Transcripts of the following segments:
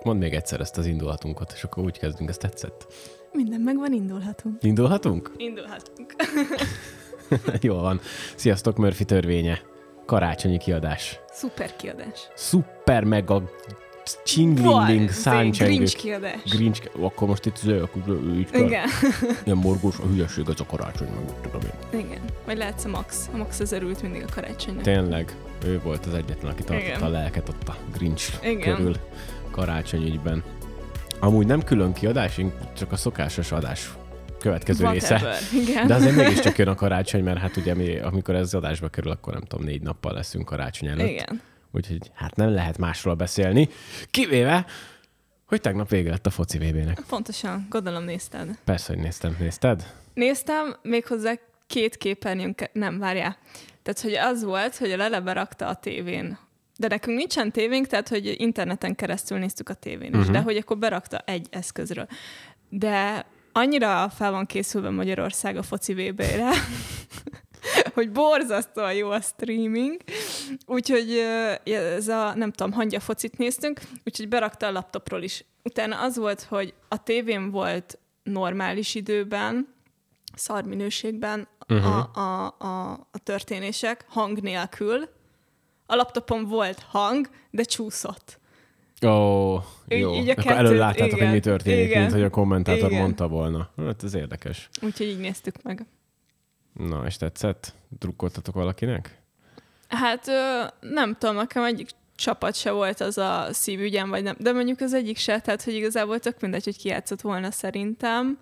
mondd még egyszer ezt az indulhatunkat, és akkor úgy kezdünk, ezt tetszett. Minden megvan, indulhatunk. Indulhatunk? Indulhatunk. Jól van. Sziasztok, Murphy törvénye. Karácsonyi kiadás. Szuper kiadás. Szuper mega csinglingling száncsengő. Grinch kiadás. Grinch, akkor most itt zöld, így kell. Igen. Ilyen morgós, a hülyeség, az a karácsony, meg úgy tudom én. Igen. Vagy lehetsz a Max. A Max az örült mindig a karácsonynak. Tényleg, ő volt az egyetlen, aki tartotta a lelket ott a Grinch körül karácsonyügyben. Amúgy nem külön kiadás, csak a szokásos adás következő Whatever. része. Igen. De azért mégiscsak jön a karácsony, mert hát ugye mi, amikor ez adásba kerül, akkor nem tudom, 4 nappal leszünk karácsony előtt. Igen. Úgyhogy hát nem lehet másról beszélni. Kivéve, hogy tegnap vége lett a foci VB-nek. Pontosan. Gondolom nézted. Persze, hogy néztem. Nézted? Néztem, méghozzá 2 képernyőn, nem, várjál. Tehát, hogy az volt, hogy a Lele berakta a tévén. De nekünk nincsen tévénk, tehát, hogy interneten keresztül néztük a tévén is. De hogy akkor berakta egy eszközről. De annyira fel van készülve Magyarország a foci VB-re, hogy borzasztóan jó a streaming. Úgyhogy ez a, nem tudom, hangya focit néztünk, úgyhogy berakta a laptopról is. Utána az volt, hogy a tévén volt normális időben, szar minőségben a történések, hang nélkül. A laptopon volt hang, de csúszott. Ó, jó. Így a akkor kettőt, előbb láttátok, igen, hogy mi történik, igen, mint hogy a kommentátor igen. mondta volna. Hát ez érdekes. Úgyhogy így néztük meg. Na, és tetszett? Drukkoltatok valakinek? Hát nem tudom, nekem egyik csapat se volt az a szívügyem, vagy nem, de mondjuk az egyik se, tehát hogy igazából tök mindegy, hogy ki játszott volna szerintem.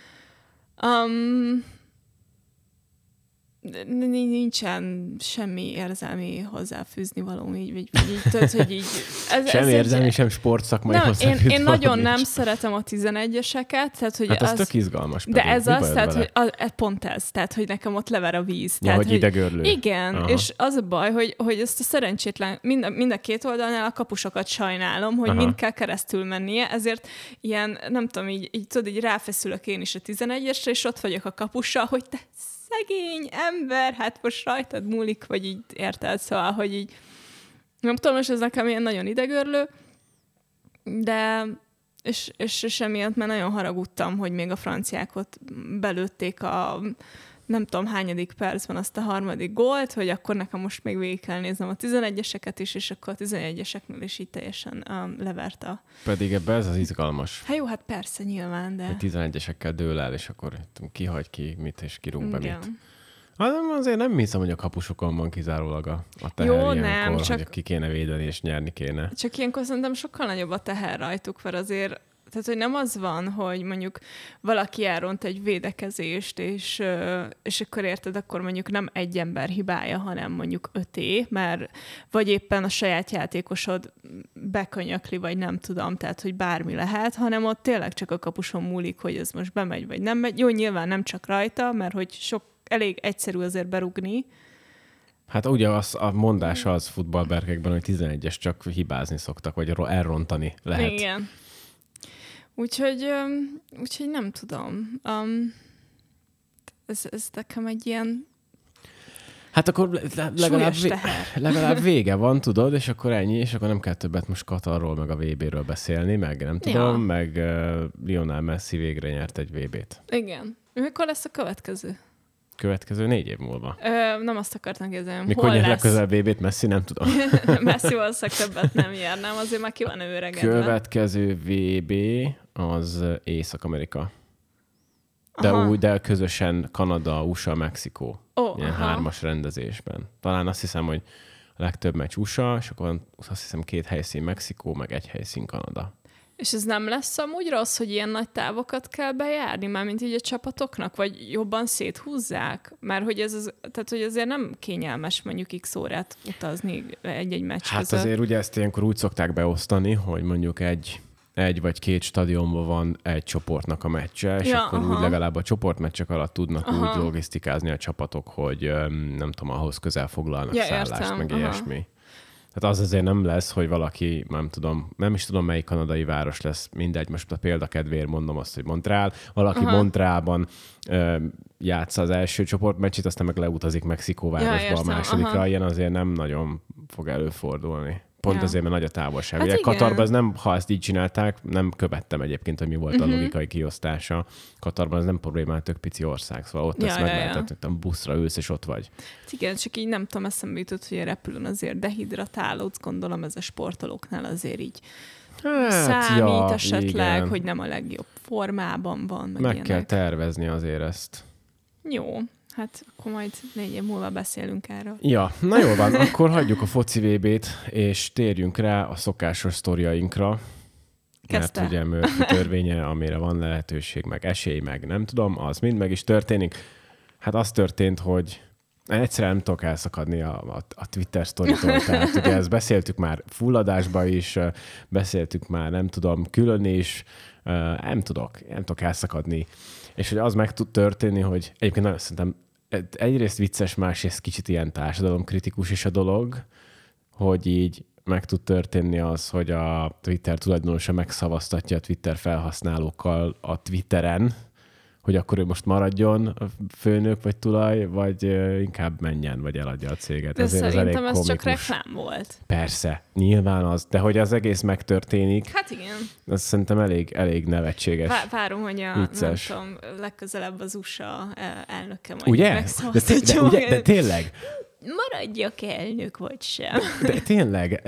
Nincsen semmi érzelmi hozzáfűzni való, így tehát, hogy így... Sem érzelmi, sem sportszakmai hozzáfűzni. Én nagyon nem szeretem a 11-eseket, tehát, hogy hát az tök izgalmas. De ez az, tehát, hogy pont ez, tehát, hogy nekem ott lever a víz. Ja, tehát, hogy idegörlő. Igen, aha. És az a baj, hogy ezt a szerencsétlen, mind a két oldalnál a kapusokat sajnálom, hogy mind kell keresztül mennie, ezért ilyen, nem tudom, így tudod, így ráfeszülök én is a 11-esre, és ott vagyok a kapussal, hogy te szegény ember, hát most rajtad múlik, vagy így érted, szóval, hogy így nem tudom, és ez nekem ilyen nagyon idegörlő, de és emiatt már nagyon haragudtam, hogy még a franciák ott belőtték a nem tudom hányadik percben azt a harmadik gólt, hogy akkor nekem most még végig kell néznem a 11-eseket is, és akkor a 11-eseknél is így teljesen levert a... Pedig ebben ez az izgalmas. Hát jó, hát persze, nyilván, de... 11-esekkel dől el, és akkor kihagy ki mit, és kirúg be igen. mit. Hát azért nem hiszem, hogy a kapusokon van kizárólag a teher jó, ilyenkor, nem, csak... hogy ki kéne védeni, és nyerni kéne. Csak ilyenkor szerintem sokkal nagyobb a teher rajtuk, mert azért, tehát hogy nem az van, hogy mondjuk valaki elront egy védekezést, és akkor érted, akkor mondjuk nem egy ember hibája, hanem mondjuk 5, mert vagy éppen a saját játékosod bekönyökli, vagy nem tudom, tehát hogy bármi lehet, hanem ott tényleg csak a kapuson múlik, hogy ez most bemegy, vagy nem megy. Jó, nyilván nem csak rajta, mert hogy elég egyszerű azért berúgni. Hát ugye a mondás az futballberkekben, hogy 11-es csak hibázni szoktak, vagy elrontani lehet. Igen. Úgyhogy nem tudom. Ez nekem egy ilyen hát akkor legalább vége van, tudod, és akkor ennyi, és akkor nem kell többet most Katarról, meg a VB-ről beszélni, meg nem tudom, meg Lionel Messi végre nyert egy VB-t. Igen. Mikor lesz a következő? Következő 4 év múlva. Nem azt akartam kérdezni, mikor nyer legközelebb VB-t Messi, nem tudom. Messi valószínűleg többet nem nyer, nem? Azért már ki van ő öregedve. Következő VB az Észak-Amerika. De közösen Kanada, USA, Mexikó. Ilyen 3-as rendezésben. Talán azt hiszem, hogy a legtöbb meccs USA, és akkor azt hiszem 2 helyszín Mexikó, meg 1 helyszín Kanada. És ez nem lesz amúgy rossz, hogy ilyen nagy távokat kell bejárni, mármint így a csapatoknak, vagy jobban széthúzzák? Mert hogy tehát hogy azért nem kényelmes mondjuk x órát utazni egy-egy meccs hát között. azért ugye ezt ilyenkor úgy szokták beosztani, hogy mondjuk egy vagy 2 stadionban van egy csoportnak a meccse, és akkor úgy legalább a csoportmeccsek alatt tudnak úgy logisztikázni a csapatok, hogy nem tudom, ahhoz közel foglalnak szállást, értem. Meg ilyesmi. Tehát az azért nem lesz, hogy valaki, nem is tudom, melyik kanadai város lesz, mindegy, most a példakedvéért mondom azt, hogy Montreal. Valaki Montrealban játsza az első csoportmeccsét, aztán meg leutazik Mexikóvárosba a másodikra, ilyen azért nem nagyon fog előfordulni. Pont azért, mert nagy a távolság. Hát ugye Katarban ez nem, ha ezt így csinálták, nem követtem egyébként, hogy mi volt a logikai kiosztása. Katarban ez nem problémál, tök pici ország, szóval ott ezt meg lehetett, buszra ülsz, és ott vagy. Hát igen, csak így nem tudom, eszembe jutott, hogy a repülőn azért dehidratálódsz, gondolom ez a sportolóknál azért így számít esetleg, igen. Hogy nem a legjobb formában van. Meg kell tervezni azért ezt. Jó. Hát akkor majd 4 év múlva beszélünk erről. Ja, na jól van, akkor hagyjuk a foci VB-t, és térjünk rá a szokásos sztoriainkra. Kezdte. Mert ugye Murphy törvénye, amire van lehetőség, meg esély, meg nem tudom, az mind meg is történik. Hát az történt, hogy egyszerűen nem tudok elszakadni a Twitter sztoritól. Tehát ugye ezt beszéltük már fulladásba is, beszéltük már nem tudom, külön is, nem tudok elszakadni. És hogy az meg tud történni, hogy egyébként nagyon szerintem egyrészt vicces, másrészt kicsit ilyen társadalomkritikus is a dolog, hogy így meg tud történni az, hogy a Twitter tulajdonosa megszavaztatja a Twitter felhasználókkal a Twitteren, hogy akkor ő most maradjon a főnök vagy tulaj, vagy inkább menjen, vagy eladja a céget. De szerintem ez csak reklám volt. Persze, nyilván az, de hogy az egész megtörténik. Hát igen. Az szerintem elég nevetséges. Várom, hogy nem tudom, legközelebb az USA elnöke majd ugye? megszavaztatja. De tényleg? Maradjak elnök, vagy sem. De tényleg,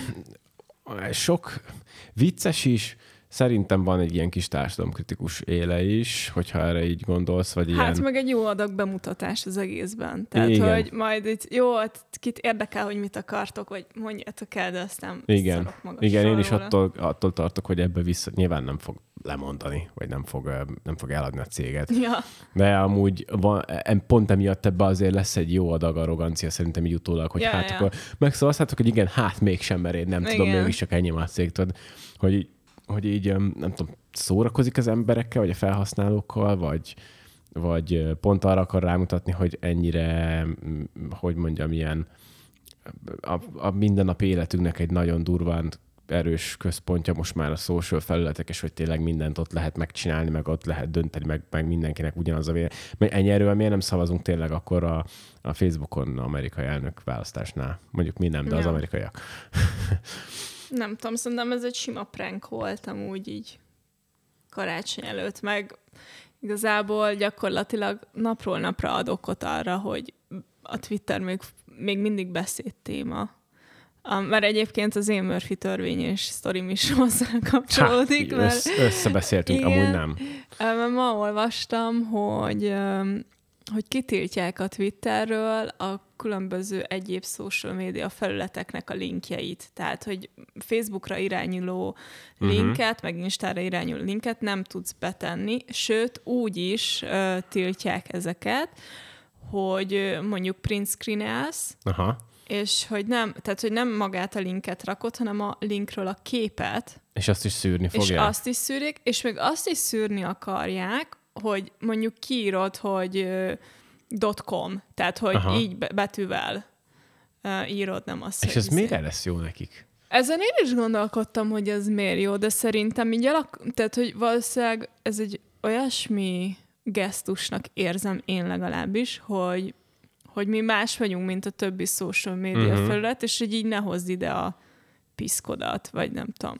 sok vicces is, szerintem van egy ilyen kis társadalomkritikus éle is, hogyha erre így gondolsz, vagy ilyen... Hát meg egy jó adag bemutatás az egészben. Tehát, igen. Hogy majd itt jó, kit érdekel, hogy mit akartok, vagy mondjátok el, de aztán szarok magasra. Igen, én is attól tartok, hogy ebbe nyilván nem fog lemondani, vagy nem fog eladni a céget. Ja. De amúgy pont emiatt ebbe azért lesz egy jó adag arrogancia szerintem így utólag, hogy akkor megszavaztátok, hogy igen, hát mégsem, mert én nem tudom, mégis csak ennyi a cég, tudod, hogy így, nem tudom, szórakozik az emberekkel, vagy a felhasználókkal, vagy pont arra akar rámutatni, hogy ennyire, hogy mondjam, ilyen a mindennapi életünknek egy nagyon durván erős központja most már a social felületek, és hogy tényleg mindent ott lehet megcsinálni, meg ott lehet dönteni, meg mindenkinek ugyanaz a vélemény. Ennyi erővel miért nem szavazunk tényleg akkor a Facebookon amerikai elnök választásnál? Mondjuk mi nem, de az amerikaiak. Nem tudom, szerintem ez egy sima prank volt amúgy így karácsony előtt, meg igazából gyakorlatilag napról napra ad okot arra, hogy a Twitter még mindig beszédtéma. Mert egyébként az én Murphy törvény és sztorim is hozzá kapcsolódik. Mert összebeszéltünk, igen, amúgy nem. Ma olvastam, hogy kitiltják a Twitterről a különböző egyéb social media felületeknek a linkjeit. Tehát, hogy Facebookra irányuló linket, meg Instára irányuló linket nem tudsz betenni, sőt, úgy is tiltják ezeket, hogy mondjuk print screenelsz, és hogy nem magát a linket rakod, hanem a linkről a képet. És azt is szűrni fogják. És azt is szűrik, és még azt is szűrni akarják, hogy mondjuk kiírod, hogy .com, tehát hogy így betűvel írod, nem azt, és ez miért lesz jó nekik? Ezen én is gondolkodtam, hogy ez miért jó, de szerintem így tehát, hogy valószínűleg ez egy olyasmi gesztusnak érzem én legalábbis, hogy mi más vagyunk, mint a többi social media felület, és hogy így ne hozd ide a piszkodat, vagy nem tudom.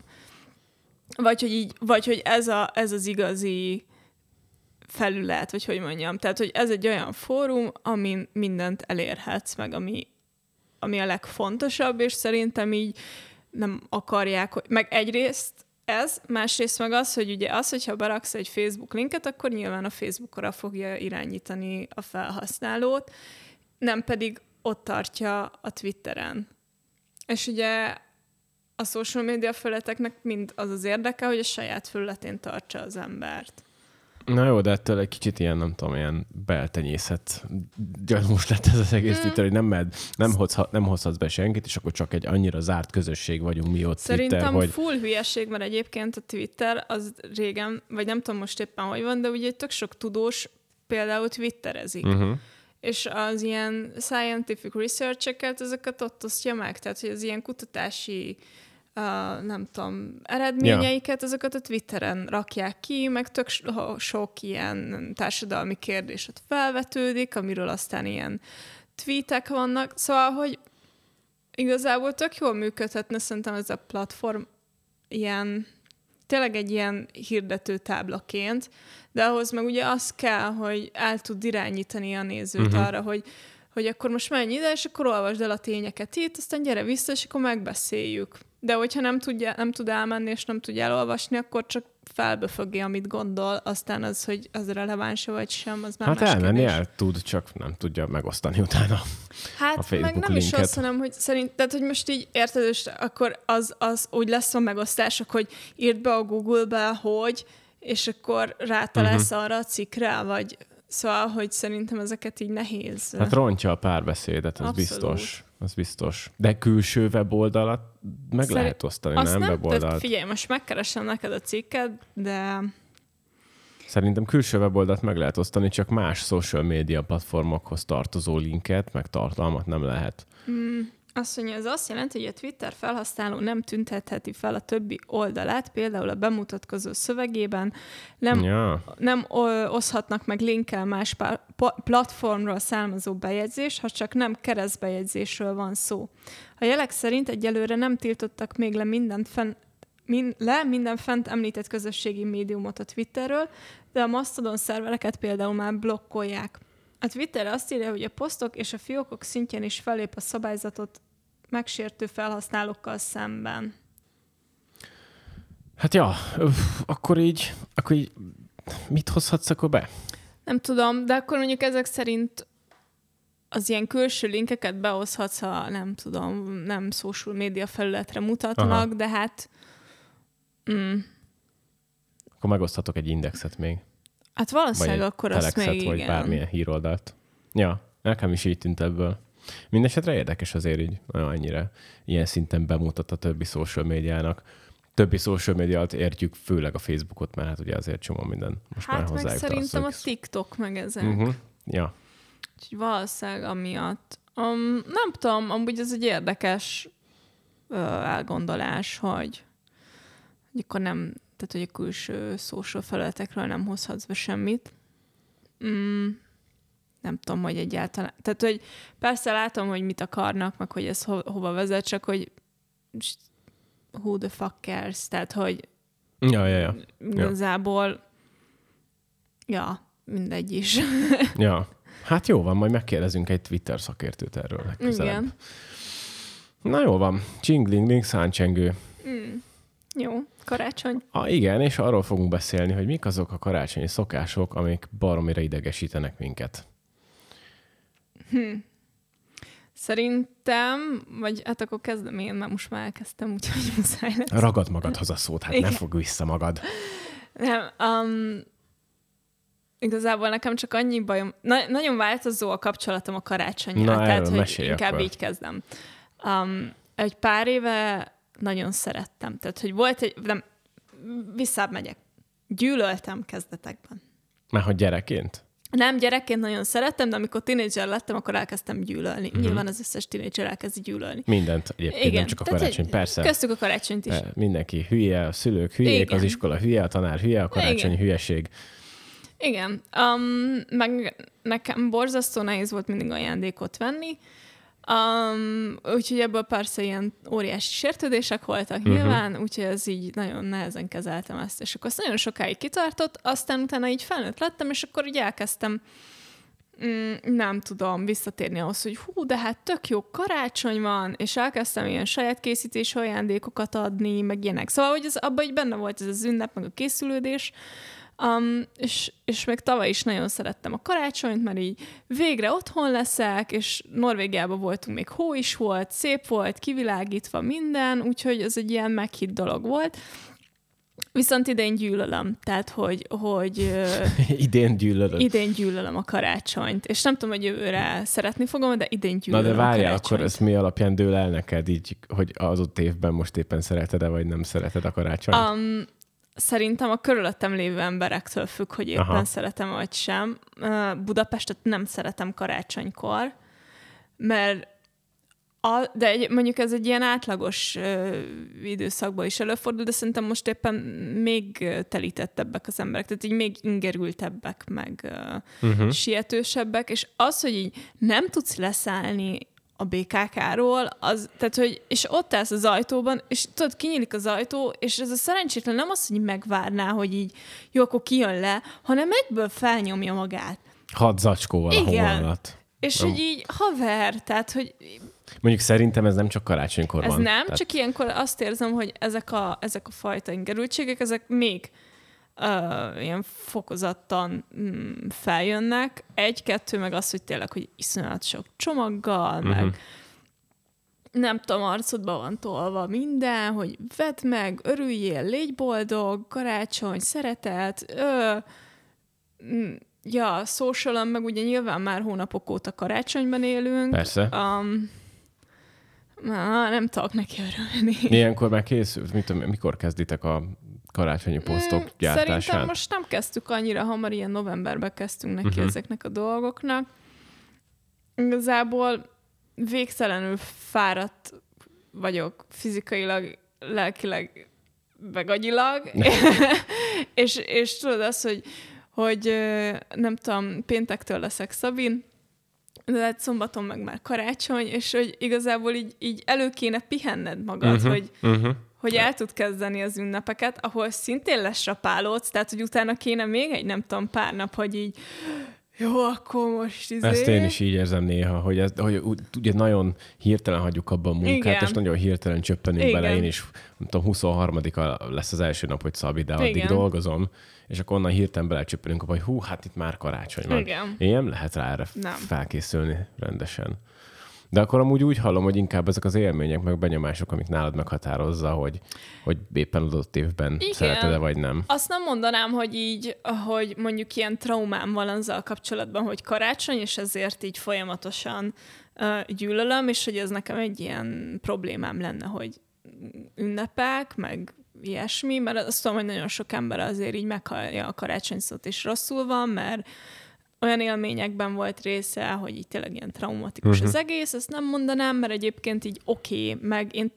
Vagy hogy ez az igazi felület, vagy hogy mondjam. Tehát, hogy ez egy olyan fórum, amin mindent elérhetsz, meg ami a legfontosabb, és szerintem így nem akarják, hogy... Meg egyrészt ez, másrészt meg az, hogy ugye az, hogyha beraksz egy Facebook linket, akkor nyilván a Facebookra fogja irányítani a felhasználót, nem pedig ott tartja a Twitteren. És ugye a social media felületeknek mind az az érdeke, hogy a saját felületén tartsa az embert. Na jó, de ettől egy kicsit ilyen, nem tudom, ilyen beltenyészet gyanús lett ez az egész Twitter, hogy nem hozhatsz be senkit, és akkor csak egy annyira zárt közösség vagyunk mi ott Szerintem Twitter, hogy... full hülyeség, mert egyébként a Twitter az régen, vagy nem tudom most éppen hogy van, de ugye tök sok tudós például twitterezik. És az ilyen scientific research-eket, ezeket ott osztja meg. Tehát, hogy az ilyen kutatási nem tudom, eredményeiket, ezeket a Twitteren rakják ki, meg tök sok ilyen társadalmi kérdés felvetődik, amiről aztán ilyen tweetek vannak. Szóval, hogy igazából tök jól működhetne szerintem ez a platform tényleg egy ilyen hirdető táblaként, de ahhoz meg ugye az kell, hogy el tud irányítani a nézőt arra, hogy akkor most menj ide, és akkor olvasd el a tényeket itt, aztán gyere vissza, és akkor megbeszéljük. De hogyha nem tud elmenni, és nem tudja elolvasni, akkor csak felbeföggi, amit gondol, aztán az, hogy az releváns vagy sem, az már hát más elmenni kérdés. el tud, csak nem tudja megosztani utána a Facebook meg nem linket. is azt, hanem, hogy tehát, hogy most így érted, és akkor az úgy lesz a megosztások, hogy írd be a Google-be, hogy, és akkor rátalálsz arra a cikkre, vagy szóval, hogy szerintem ezeket így nehéz. Hát rontja a párbeszédet, az biztos. Az biztos. De külső weboldalat meg lehet osztani, nem weboldalt? Tehát figyelj, most megkeresem neked a cikket, de... Szerintem külső weboldalt meg lehet osztani, csak más social media platformokhoz tartozó linket, meg tartalmat nem lehet. Azt mondja, ez azt jelenti, hogy a Twitter felhasználó nem tüntetheti fel a többi oldalát, például a bemutatkozó szövegében, nem oszhatnak meg linkkel más platformról származó bejegyzés, ha csak nem keresztbejegyzésről van szó. A jelek szerint egyelőre nem tiltottak még le minden fent említett közösségi médiumot a Twitterről, de a Mastodon szervereket például már blokkolják. A Twitter azt írja, hogy a posztok és a fiókok szintjén is fellép a szabályzatot megsértő felhasználókkal szemben. Hát ja, akkor így mit hozhatsz akkor be? Nem tudom, de akkor mondjuk ezek szerint az ilyen külső linkeket behozhatsz, ha nem tudom, nem social media felületre mutatnak, de hát... Akkor megoszthatok egy indexet még. Hát valószínűleg akkor azt még igen. Vagy bármilyen híroldalt. Ja, nekem is így tűnt ebből. Mindenesetre érdekes azért így, annyira ilyen szinten bemutat a többi social médiának. Többi social médiát értjük, főleg a Facebookot, mert hát ugye azért csomó minden most már hozzájuk. Hát meg szerintem a TikTok meg ezek. Ja. Úgyhogy valószínűleg amiatt. Nem tudom, amúgy ez egy érdekes elgondolás, hogy akkor nem, tehát hogy a külső social felületekről nem hozhatsz be semmit. Nem tudom, hogy egyáltalán. Tehát, hogy persze látom, hogy mit akarnak, meg hogy ez hova vezet, csak hogy who the fuck cares? Tehát, hogy igazából mindegy is. Ja. Hát jó van, majd megkérdezünk egy Twitter szakértőt erről legközelebb. Igen. Na jó van. Csingling, száncsengő. Jó, karácsony. Igen, és arról fogunk beszélni, hogy mik azok a karácsonyi szokások, amik baromira idegesítenek minket. Szerintem, vagy hát akkor kezdem én, mert most már elkezdtem, úgyhogy muszáj lesz. Ragad magadhoz a szót, hát igen. Ne fogj vissza magad. Nem, igazából nekem csak annyi bajom, nagyon változó a kapcsolatom a karácsonnyal, tehát hogy inkább így kezdem. Egy pár éve nagyon szerettem, tehát hogy volt visszább megyek. Gyűlöltem kezdetekben. Mert hogy gyerekként? Nem, gyerekként nagyon szerettem, de amikor tínédzser lettem, akkor elkezdtem gyűlölni. Nyilván az összes tínédzser elkezdi gyűlölni. Mindent egyébként, igen. Nem csak a karácsony, persze. Köztük a karácsonyt is. Mindenki hülye, a szülők hülyék, igen. Az iskola hülye, a tanár hülye, a karácsony hülyeség. Igen. Meg nekem borzasztó nehéz volt mindig ajándékot venni, úgyhogy ebből persze ilyen óriási sértődések voltak nyilván, úgyhogy ez így nagyon nehezen kezeltem ezt. És akkor azt nagyon sokáig kitartott, aztán utána így felnőtt lettem, és akkor így elkezdtem nem tudom, visszatérni ahhoz, hogy de hát tök jó karácsony van, és elkezdtem ilyen saját készítésű ajándékokat adni, meg ilyenek. Szóval, hogy abban így benne volt ez az ünnep, meg a készülődés, és még tavaly is nagyon szerettem a karácsonyt, mert így végre otthon leszek, és Norvégiában voltunk, még hó is volt, szép volt, kivilágítva minden, úgyhogy ez egy ilyen meghitt dolog volt. Viszont idén gyűlölöm, tehát hogy idén gyűlölöm a karácsonyt, és nem tudom, hogy jövőre szeretni fogom, de idén gyűlölöm. Na de várjál, akkor ez mi alapján dől el neked így, hogy az ott évben most éppen szereted-e, vagy nem szereted a karácsonyt? Szerintem a körülöttem lévő emberektől függ, hogy éppen szeretem vagy sem. Budapestet nem szeretem karácsonykor, mert de mondjuk ez egy ilyen átlagos időszakban is előfordul, de szerintem most éppen még telítettebbek az emberek, tehát így még ingerültebbek, meg sietősebbek, és az, hogy így nem tudsz leszállni a BKK-ról, tehát, hogy, és ott állsz az ajtóban, és tudod, kinyílik az ajtó, és ez a szerencsétlen nem az, hogy megvárná, hogy így jó, akkor kijön le, hanem egyből felnyomja magát. 6 zacskóval a homlokat. És hogy így haver, tehát, hogy... Mondjuk szerintem ez nem csak karácsonykor ez van. Ez nem, tehát... csak ilyenkor azt érzem, hogy ezek a fajta ingerültségek, ezek még ilyen fokozattan feljönnek. 1-2 meg az, hogy tényleg, hogy iszonyat sok csomaggal, meg nem tudom, arcodba van tolva minden, hogy vedd meg, örüljél, légy boldog, karácsony, szeretet, social-on, meg ugye nyilván már hónapok óta karácsonyban élünk. Persze. Nem tudok neki örülni. Ilyenkor már készült, mikor kezditek a karácsonyi posztok gyártását? Szerintem most nem kezdtük annyira hamar, ilyen novemberben kezdtünk neki ezeknek a dolgoknak. Igazából végtelenül fáradt vagyok fizikailag, lelkileg, meg agyilag. és tudod azt, hogy nem tudom, péntektől leszek Szabin, de hát szombaton meg már karácsony, és hogy igazából így elő kéne pihenned magad, hogy el tud kezdeni az ünnepeket, ahol szintén lesrapálódsz, tehát hogy utána kéne még egy nem tudom pár nap, hogy így jó, akkor most Ezt én is így érzem néha, hogy ugye nagyon hirtelen hagyjuk abba a munkát, igen. És nagyon hirtelen csöppenünk bele. Én is, nem tudom, 23-a lesz az első nap, hogy Szabi, de addig dolgozom, és akkor onnan hirtelen belecsöppenünk, hogy hát itt már karácsony van. Igen. Én nem lehet rá erre felkészülni rendesen. De akkor amúgy úgy hallom, hogy inkább ezek az élmények, meg benyomások, amik nálad meghatározza, hogy éppen adott évben szereted-e, vagy nem. Azt nem mondanám, hogy így, hogy mondjuk ilyen traumám van azzal kapcsolatban, hogy karácsony, és ezért így folyamatosan gyűlölöm, és hogy ez nekem egy ilyen problémám lenne, hogy ünnepek, meg ilyesmi, mert azt tudom, hogy nagyon sok ember azért így meghallja a karácsony szót, és rosszul van, mert olyan élményekben volt része, hogy így tényleg ilyen traumatikus az egész, ezt nem mondanám, mert egyébként így oké, meg én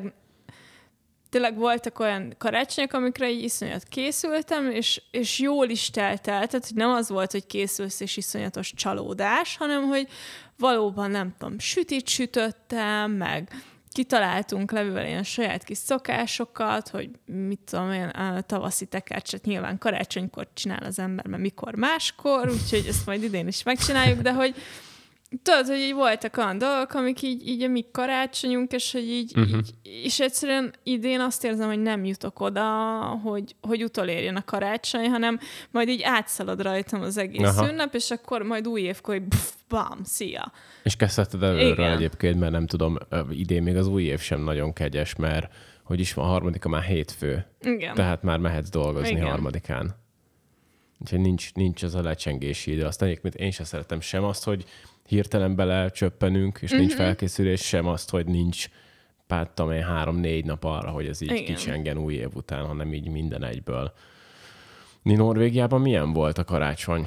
tényleg voltak olyan karácsonyok, amikre így iszonyat készültem, és jól is telt el, tehát hogy nem az volt, hogy készülsz és iszonyatos csalódás, hanem hogy valóban nem tudom, sütit sütöttem, meg kitaláltunk Levivel ilyen saját kis szokásokat, hogy mit tudom én, a tavaszi tekercset nyilván karácsonykor csinál az ember, mert mikor máskor, úgyhogy ezt majd idén is megcsináljuk, de hogy tudod, hogy így voltak olyan dolgok, amik így a mi karácsonyunk, és hogy így és egyszerűen idén azt érzem, hogy nem jutok oda, hogy utolérjen a karácsony, hanem majd így átszalad rajtam az egész ünnep, és akkor majd új évkor, hogy bam, szia. És kezdheted előről egyébként, mert nem tudom, idén még az új év sem nagyon kegyes, mert hogy is van, 3-a már hétfő. Igen. Tehát már mehetsz dolgozni 3-án. Úgyhogy nincs az a lecsengési idő. Aztán egyébként én sem szeretem sem azt, hogy hirtelen belecsöppenünk, és nincs felkészülés, sem azt, hogy nincs 3-4 nap arra, hogy ez így kicsengjen új év után, hanem így minden egyből. Norvégiában milyen volt a karácsony?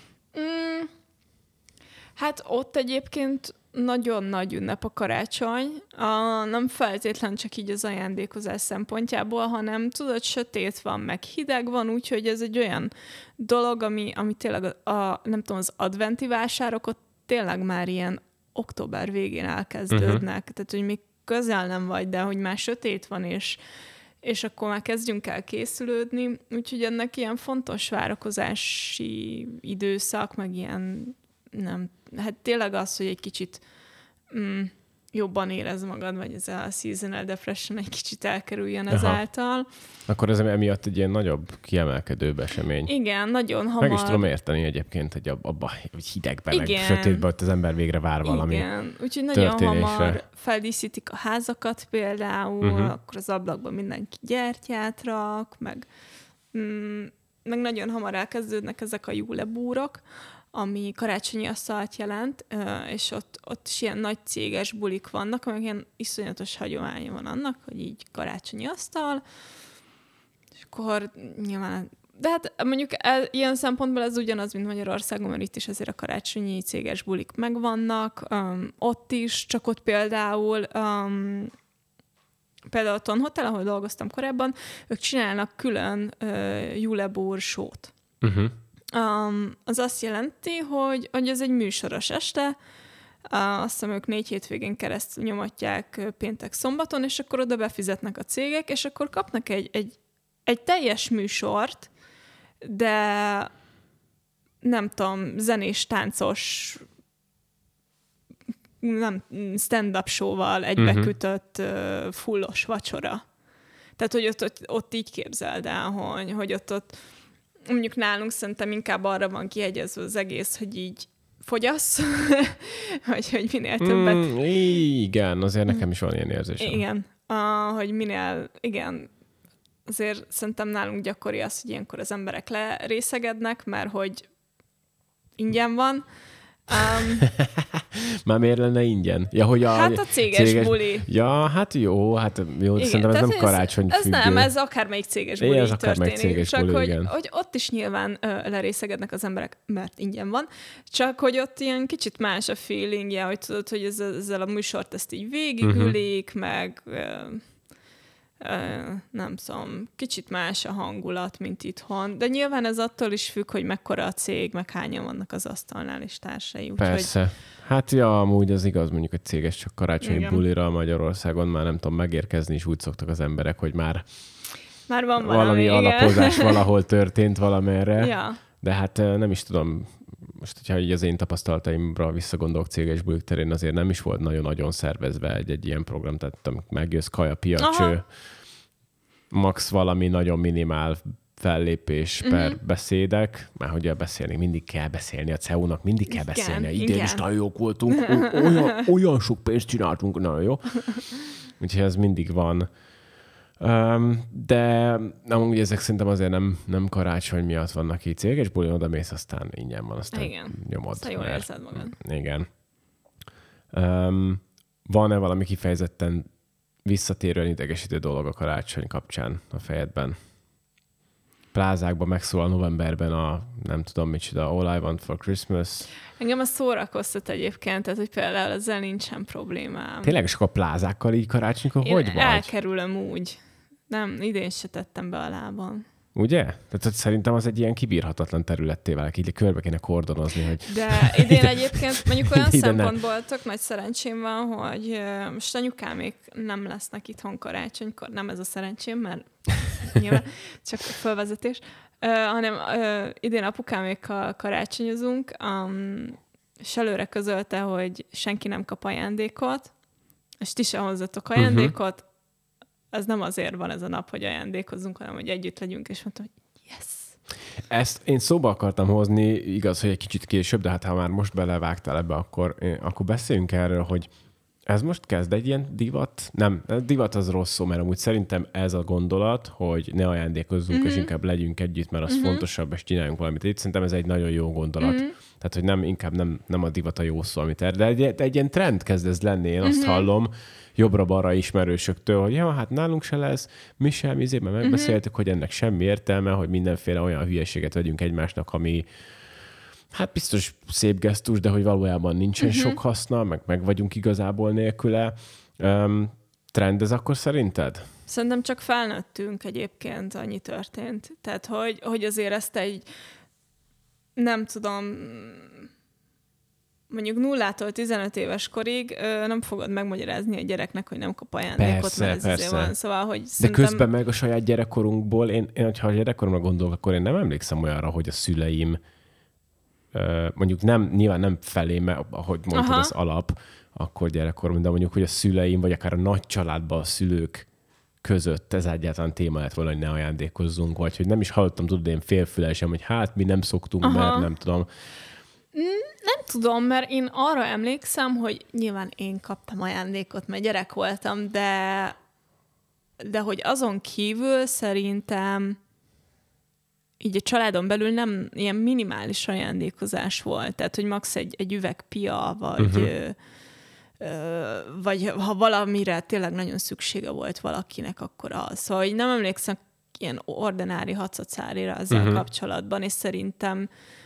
Hát ott egyébként nagyon nagy ünnep a karácsony, nem feltétlen csak így az ajándékozás szempontjából, hanem tudod, sötét van, meg hideg van, úgyhogy ez egy olyan dolog, ami tényleg nem tudom, az adventi vásárok ott tényleg már ilyen október végén elkezdődnek, tehát hogy még közel nem vagy, de hogy már sötét van, és akkor már kezdjünk el készülődni, úgyhogy ennek ilyen fontos várakozási időszak, meg ilyen hát tényleg az, hogy egy kicsit jobban érez magad, vagy ez a seasonal depression egy kicsit elkerüljön ezáltal. Akkor ez emiatt egy ilyen nagyobb, kiemelkedőbb esemény. Igen, nagyon hamar. Meg is tudom érteni egyébként, hogy abba hidegben, meg sötétben ott az ember végre vár valami Igen, úgyhogy nagyon hamar feldíszítik a házakat például, akkor az ablakban mindenki gyertyát rak, meg nagyon hamar elkezdődnek ezek a júlebúrok, ami karácsonyi asztalt jelent, és ott is ilyen nagy céges bulik vannak, amik ilyen iszonyatos hagyománya van annak, hogy így karácsonyi asztal, és akkor nyilván... De hát mondjuk ilyen szempontból ez ugyanaz, mint Magyarországon, mert itt is azért a karácsonyi céges bulik megvannak, ott is, csak ott például a Ton Hotel, ahol dolgoztam korábban, ők csinálnak külön júlebúr sót. Az azt jelenti, hogy ez egy műsoros este, Azt hiszem, ők 4 hétvégén keresztül nyomatják péntek-szombaton, és akkor oda befizetnek a cégek, és akkor kapnak egy teljes műsort, de nem tudom, zenés, táncos, nem stand-up show-val egybekütött fullos vacsora. Tehát, hogy ott így képzeld el, hogy ott mondjuk nálunk szerintem inkább arra van kihegyezve az egész, hogy így fogyasz, hogy minél többet... Igen, azért nekem is van ilyen érzésem. Igen, hogy minél, igen, azért szerintem nálunk gyakori az, hogy ilyenkor az emberek lerészegednek, mert hogy ingyen van. Már miért lenne ingyen? Ja, hogy hát a céges buli. Ja, hát jó, igen, szerintem ez nem karácsonyfüggő. Ez nem, ez akármelyik céges buli ez akármelyik céges csak buli, hogy, igen. hogy ott is nyilván lerészegednek az emberek, mert ingyen van, csak hogy ott ilyen kicsit más a feelingje, hogy tudod, hogy ezzel a műsort ezt így végigülik, meg nem tudom, kicsit más a hangulat, mint itthon, de nyilván ez attól is függ, hogy mekkora a cég, meg hányan vannak az asztalnál és társai. Persze. Úgyhogy... Hát ja, amúgy az igaz, mondjuk egy céges csak karácsonyi bulira Magyarországon már nem tudom megérkezni, és úgy szoktak az emberek, hogy már van valami alapozás valahol történt valamerre. Ja. De hát nem is tudom, most, hogyha így az én tapasztalataimra visszagondolok céges bulik terén, azért nem is volt nagyon-nagyon szervezve egy ilyen program, tehát megjössz kaja, piacső, max valami nagyon minimál fellépés per beszédek, mert hogy beszélni, mindig kell beszélni a CEU-nak, mindig kell beszélni. Idén is nagyon jók voltunk, olyan sok pénzt csináltunk, nagyon jó. Úgyhogy ez mindig van. De amúgy ezek szerintem azért nem karácsony miatt vannak így céges bulin, oda mész, aztán ingyen van, aztán nyomod. Aztán jól érzed magad. Igen. Van-e valami kifejezetten visszatérően idegesítő dolog a karácsony kapcsán a fejedben? Plázákban megszólal novemberben a nem tudom micsoda, All I Want for Christmas. Engem a szórakoztat egyébként, tehát hogy például ezzel nincsen problémám. Tényleg csak a plázákkal így karácsonykor hogy vagy? Elkerülöm úgy. Nem, idén se tettem be a lábam. Ugye? Tehát szerintem az egy ilyen kibírhatatlan területté válik, így körbe kéne kordonozni, hogy... De idén egyébként mondjuk olyan szempontból tök nagy szerencsém van, hogy most anyukámék nem lesznek itthon karácsonykor, nem ez a szerencsém, mert nyilván csak felvezetés, hanem idén apukámékkal karácsonyozunk, és előre közölte, hogy senki nem kap ajándékot, és ti sem hozzatok ajándékot, ez nem azért van ez a nap, hogy ajándékozzunk, hanem hogy együtt legyünk, és mondtam, hogy yes! Ezt én szóba akartam hozni, igaz, hogy egy kicsit később, de hát ha már most belevágtál ebbe, akkor beszéljünk erről, hogy ez most kezd egy ilyen divat? Nem, divat az rossz szó, mert amúgy szerintem ez a gondolat, hogy ne ajándékozzunk, és inkább legyünk együtt, mert az fontosabb, és csináljunk valamit. Itt szerintem ez egy nagyon jó gondolat. Tehát, hogy inkább nem a divat a jó szó, amit de egy ilyen trend kezd ez lenni, én azt hallom, jobbra-balra ismerősöktől, hogy ja, hát nálunk se lesz, mi sem, mert megbeszéltük, hogy ennek semmi értelme, hogy mindenféle olyan hülyeséget vegyünk egymásnak, ami hát biztos szép gesztus, de hogy valójában nincsen sok haszna, meg vagyunk igazából nélküle. Trend ez akkor szerinted? Szerintem csak felnőttünk egyébként, annyi történt. Tehát, hogy azért ezt egy, nem tudom, mondjuk 0-tól 15 éves korig nem fogod megmagyarázni a gyereknek, hogy nem kap ajándékot, persze, mert ez azért van. Szóval, hogy szerintem... De közben meg a saját gyerekkorunkból, hogyha a gyerekkoromra gondolok, akkor én nem emlékszem olyanra, hogy a szüleim mondjuk nyilván nem felé, mert ahogy mondtad, az alap, akkor gyerekkorom, de mondjuk, hogy a szüleim, vagy akár a nagy családban a szülők között ez egyáltalán téma lett volna, hogy ne ajándékozzunk, vagy hogy nem is hallottam, tudod, én félfülesen, hogy hát mi nem szoktunk, mert nem tudom. Nem tudom, mert én arra emlékszem, hogy nyilván én kaptam ajándékot, mert gyerek voltam, de hogy azon kívül szerintem így a családon belül nem ilyen minimális ajándékozás volt. Tehát, hogy max egy üveg pia, vagy ha valamire tényleg nagyon szüksége volt valakinek, akkor az. Szóval így nem emlékszem ilyen ordinári hacacárira ezzel kapcsolatban, és szerintem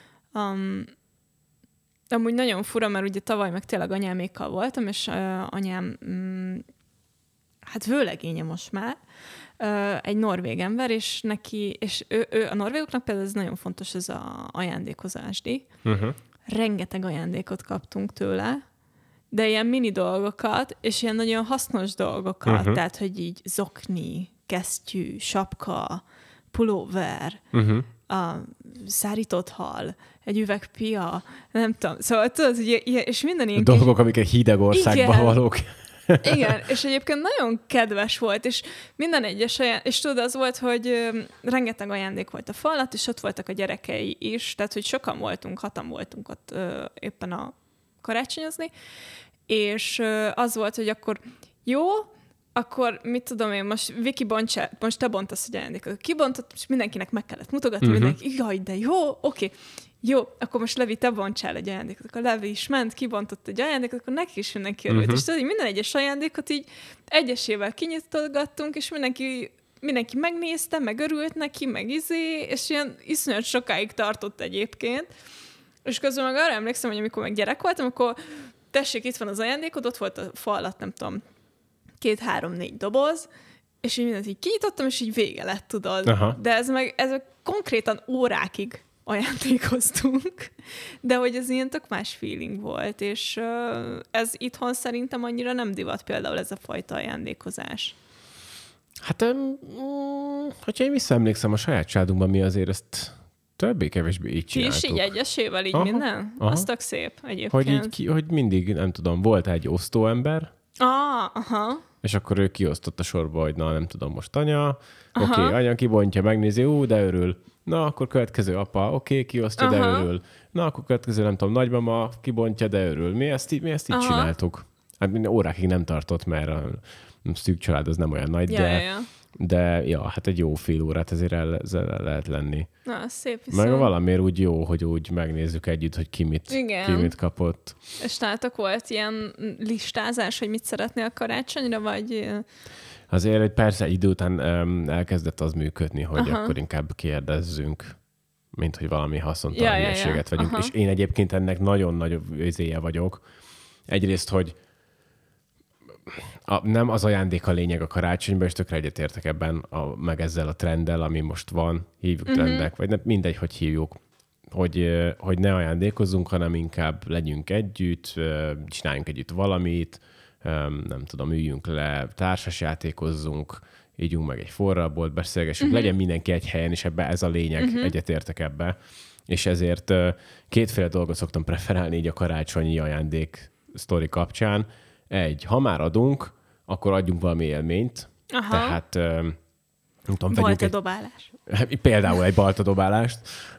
amúgy nagyon fura, mert ugye tavaly meg tényleg anyámékkal voltam, és anyám hát vőlegénye most már, egy norvég ember, és neki, és ő a norvégoknak például ez nagyon fontos, ez az ajándékozásdi. Rengeteg ajándékot kaptunk tőle, de ilyen mini dolgokat, és ilyen nagyon hasznos dolgokat, tehát, hogy így zokni, kesztyű, sapka, pulóver, a szárított hal, egy üveg pia, nem tudom. Szóval tudod, hogy és minden ilyen dolgok, amik egy hideg országban valók. Igen, és egyébként nagyon kedves volt, és minden egyes és tudod, az volt, hogy rengeteg ajándék volt a fal alatt, és ott voltak a gyerekei is, tehát, hogy sokan voltunk, 6-an voltunk ott éppen a karácsonyozni, és az volt, hogy akkor jó, akkor mit tudom én, most Viki most te bontasz egy ajándékot. Kibontott, és mindenkinek meg kellett mutogatni, mindenki, jaj, de jó, oké. Jó, akkor most Levi, te bontsál egy ajándékot. Akkor Levi is ment, kibontott egy ajándékot, akkor neki is mindenki örült. És tudod, hogy minden egyes ajándékot így egyesével kinyitogattunk, és mindenki megnézte, meg örült neki, meg és ilyen iszonyat sokáig tartott egyébként. És közben meg arra emlékszem, hogy amikor meg gyerek voltam, akkor tessék, itt van az ajándékod, ott volt a fal alatt, nem tudom, 2-3-4 doboz, és így mindent így kinyitottam, és így vége lett, tudod. Aha. De ez konkrétan órákig ajándékoztunk, de hogy ez ilyen tök más feeling volt, és ez itthon szerintem annyira nem divat például ez a fajta ajándékozás. Hát, hogyha én visszaemlékszem a saját családunkban, mi azért ezt többé-kevésbé így csináltuk. Ti is így egyesével, így minden? Az tök szép egyébként. Hogy mindig, nem tudom, volt egy osztóember, aha. És akkor ő kiosztott a sorba, hogy na, nem tudom, most anya, oké, anya kibontja, megnézi, de örül. Na, akkor következő apa, oké, kiosztja, de örül. Na, akkor következő, nem tudom, nagymama kibontja, de örül. Mi ezt így csináltuk. Hát órákig nem tartott, mert a szűk család az nem olyan nagy, de hát egy jó fél órát ezért el lehet lenni. Na, szép viszont. Meg valamiért úgy jó, hogy úgy megnézzük együtt, hogy ki mit kapott. És nálatok volt ilyen listázás, hogy mit szeretnél a karácsonyra, vagy... Azért persze idő után elkezdett az működni, hogy akkor inkább kérdezzünk, mint hogy valami haszontalan hülyeséget vegyünk. És én egyébként ennek nagyon nagy izéje vagyok. Egyrészt, hogy nem az ajándék a lényeg a karácsonyban, és tökre egyetértek ebben, meg ezzel a trenddel, ami most van, hívjuk trendnek, vagy nem, mindegy, hogy hívjuk, hogy ne ajándékozzunk, hanem inkább legyünk együtt, csináljunk együtt valamit, nem tudom, üljünk le, társasjátékozzunk, ígyunk meg egy forrabolt, beszélgessünk, legyen mindenki egy helyen, és ebbe ez a lényeg, egyetértek ebbe. És ezért kétféle dolgot szoktam preferálni így a karácsonyi ajándék sztori kapcsán. Ha már adunk, akkor adjunk valami élményt. Aha. Tehát nem tudom, baltadobálás. Például egy baltadobálást.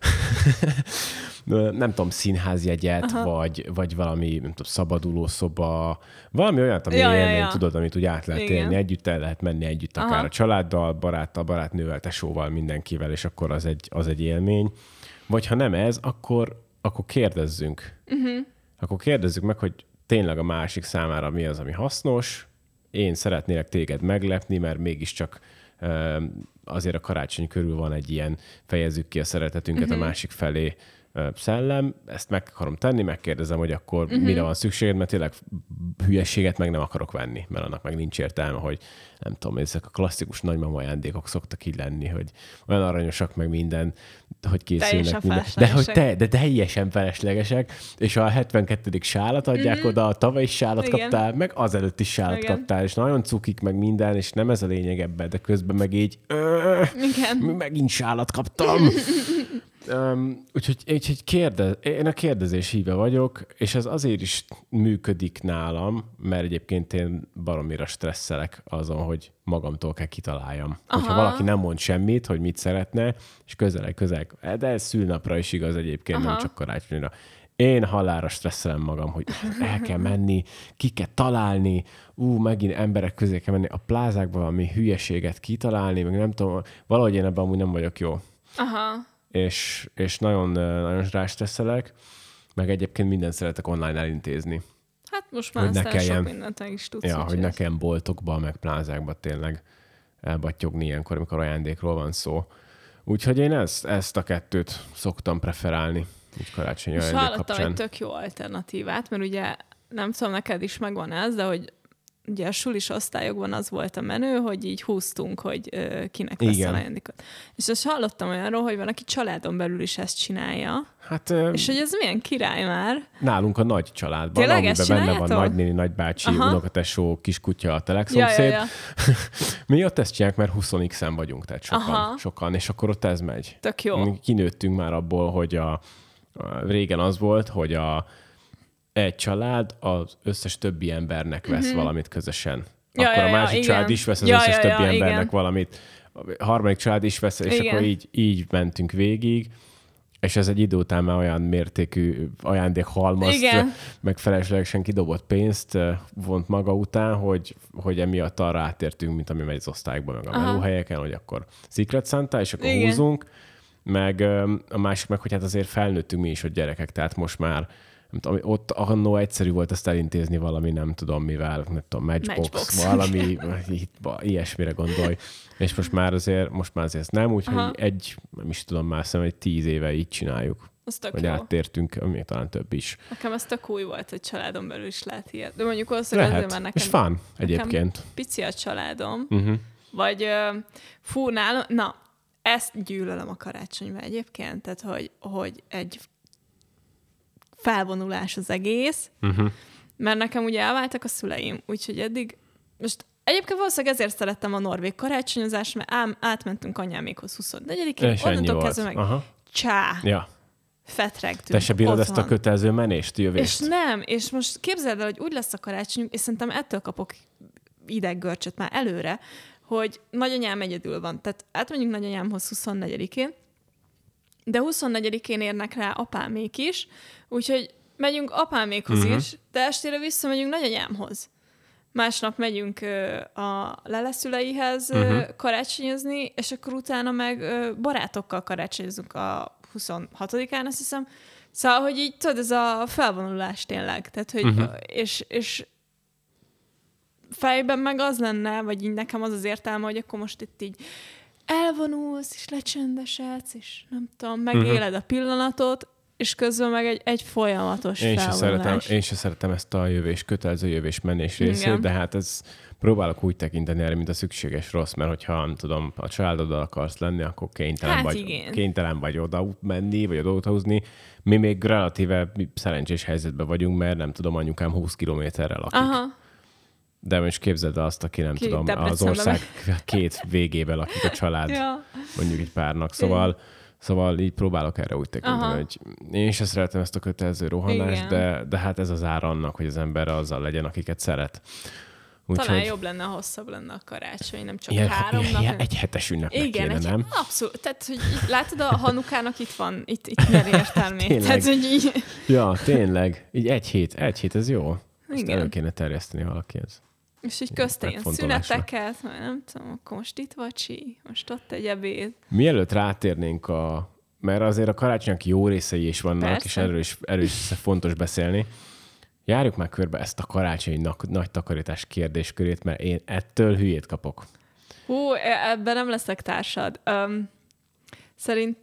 Nem tudom, színházjegyet, vagy valami, nem tudom, szabadulószoba, valami olyat, ami élmény, tudod, amit úgy át lehet élni együtt, el lehet menni együtt, akár a családdal, baráttal, barátnővel, tesóval, mindenkivel, és akkor az egy élmény. Vagy ha nem ez, akkor kérdezzünk. Akkor kérdezzük meg, hogy tényleg a másik számára mi az, ami hasznos. Én szeretnélek téged meglepni, mert mégiscsak azért a karácsony körül van egy ilyen fejezzük ki a szeretetünket a másik felé szellem. Ezt meg akarom tenni, megkérdezem, hogy akkor mire van szükséged, mert tényleg hülyeséget meg nem akarok venni, mert annak meg nincs értelme, hogy nem tudom, ezek a klasszikus nagymama ajándékok szoktak így lenni, hogy olyan aranyosak meg minden, hogy készülnek minden. De teljesen feleslegesek, és a 72. sálat adják oda, a tavalyi sálat kaptál, meg azelőtt is sálat kaptál, és nagyon cukik meg minden, és nem ez a lényeg ebben, de közben meg így megint sálat kaptam. Úgyhogy én a kérdezés híve vagyok, és ez azért is működik nálam, mert egyébként én baromira stresszelek azon, hogy magamtól kell kitaláljam. Hogyha valaki nem mond semmit, hogy mit szeretne, és közel, de ez szülnapra is igaz egyébként, nem csak karácsonyra. Én halálra stresszelem magam, hogy el kell menni, ki kell találni, megint emberek közé kell menni, a plázákban valami hülyeséget kitalálni, meg nem tudom, valahogy én ebben amúgy nem vagyok jó. És nagyon, nagyon rástresszelek, meg egyébként mindent szeretek online elintézni. Hát most már aztán sok mindent meg is tudsz. Hogy ne kelljen boltokba, meg plázákba tényleg elbattyogni ilyenkor, amikor ajándékról van szó. Úgyhogy én ezt a kettőt szoktam preferálni, így karácsonyi ajándék kapcsán. És hallottam egy tök jó alternatívát, mert ugye nem tudom, neked is megvan ez, de hogy ugye a sulis osztályokban az volt a menő, hogy így húztunk, hogy kinek veszel ajándékot. És azt hallottam olyanról, hogy van, aki családon belül is ezt csinálja. Hát, és hogy ez milyen király már? Nálunk a nagy családban, amiben benne van nagynéni, nagybácsi, unokatesó, kiskutya, a telekszomszéd. Ja. Mi ott ezt csinálják, mert 20x-en vagyunk, tehát sokan, és akkor ott ez megy. Tök jó. Kinőttünk már abból, hogy régen az volt, hogy egy család az összes többi embernek vesz valamit közösen. Akkor a másik család is vesz az összes többi embernek valamit. A harmadik család is vesz, és akkor így mentünk végig. És ez egy idő után már olyan mértékű ajándékhalmazt, meg feleslegesen kidobott pénzt vont maga után, hogy emiatt arra átértünk, mint ami megy az osztályokban, meg a melóhelyeken, hogy akkor Secret Santa, és akkor húzunk. Meg a másik meg, hogy hát azért felnőttünk mi is, hogy gyerekek, tehát most már ott annó egyszerű volt ezt elintézni valami, nem tudom mivel, nem tudom, Matchbox. Valami, ilyesmire gondolj. És most már azért ezt nem, úgyhogy nem is tudom, már szerintem egy 10 éve így csináljuk. Vagy áttértünk, még talán több is. Nekem ez tök új volt, hogy családon belül is lehet ilyet. De mondjuk azért már nekem... És fun egyébként. Pici a családom. Vagy nálam, ezt gyűlölöm a karácsonyban egyébként, tehát hogy egy felvonulás az egész, mert nekem ugye elváltak a szüleim, úgyhogy eddig, most egyébként valószínűleg ezért szerettem a norvég karácsonyozást, mert átmentünk anyámékhoz 24-én, onnantól kezdve meg fetregtünk. Te se bírod ezt a kötelező menést, jövést? És nem, és most képzeld el, hogy úgy lesz a karácsonyunk, és szerintem ettől kapok ideggörcsöt már előre, hogy nagyanyám egyedül van. Tehát átmegyünk nagyanyámhoz 24-én, de 24-én érnek rá apámék is, úgyhogy megyünk apámékhoz is, de estére visszamegyünk nagyanyámhoz. Másnap megyünk a leleszüleihez karácsonyozni, és akkor utána meg barátokkal karácsonyozunk a 26-án, azt hiszem. Szóval, hogy így tudod, ez a felvonulás tényleg. Tehát, hogy és fejben meg az lenne, vagy így nekem az az értelme, hogy akkor most itt így elvonulsz, és lecsendesedsz, és nem tudom, megéled a pillanatot, és közben meg egy folyamatos felvonulás. Én se szeretem ezt a kötelező jövés menés részét, de hát ez próbálok úgy tekinteni erre, mint a szükséges rossz, mert hogyha nem tudom, a családoddal akarsz lenni, akkor kénytelen vagy oda menni, vagy oda húzni. Mi még relatíve szerencsés helyzetben vagyunk, mert nem tudom, anyukám 20 kilométerrel lakik. De most képzeld azt, aki nem tudom, az ország két végébe lakik a család, mondjuk egy párnak. Szóval így próbálok erre úgy tekinteni, hogy én sem szeretem ezt a kötelező rohanást, de hát ez az ára annak, hogy az ember azzal legyen, akiket szeret. Talán jobb lenne, ha hosszabb lenne a karácsony, nem csak 3 nap. Egy hetes ünnepnek kéne, nem? Abszolút. Tehát, hogy látod, a Hanukának itt van, itt nem értelmét. Tehát, hogy így... Ja, tényleg. Így egy hét, ez jó. Ezt elő kéne terjeszteni valakihez. És így közte ilyen szüneteket, nem tudom, akkor most itt vacsi, most ott egy ebéd. Mielőtt rátérnénk mert azért a karácsonynak jó részei is vannak, persze. És erről is fontos beszélni. Járjuk már körbe ezt a karácsonyi nagy takarítás kérdéskörét, mert én ettől hülyét kapok. Ebben nem leszek társad. Szerint...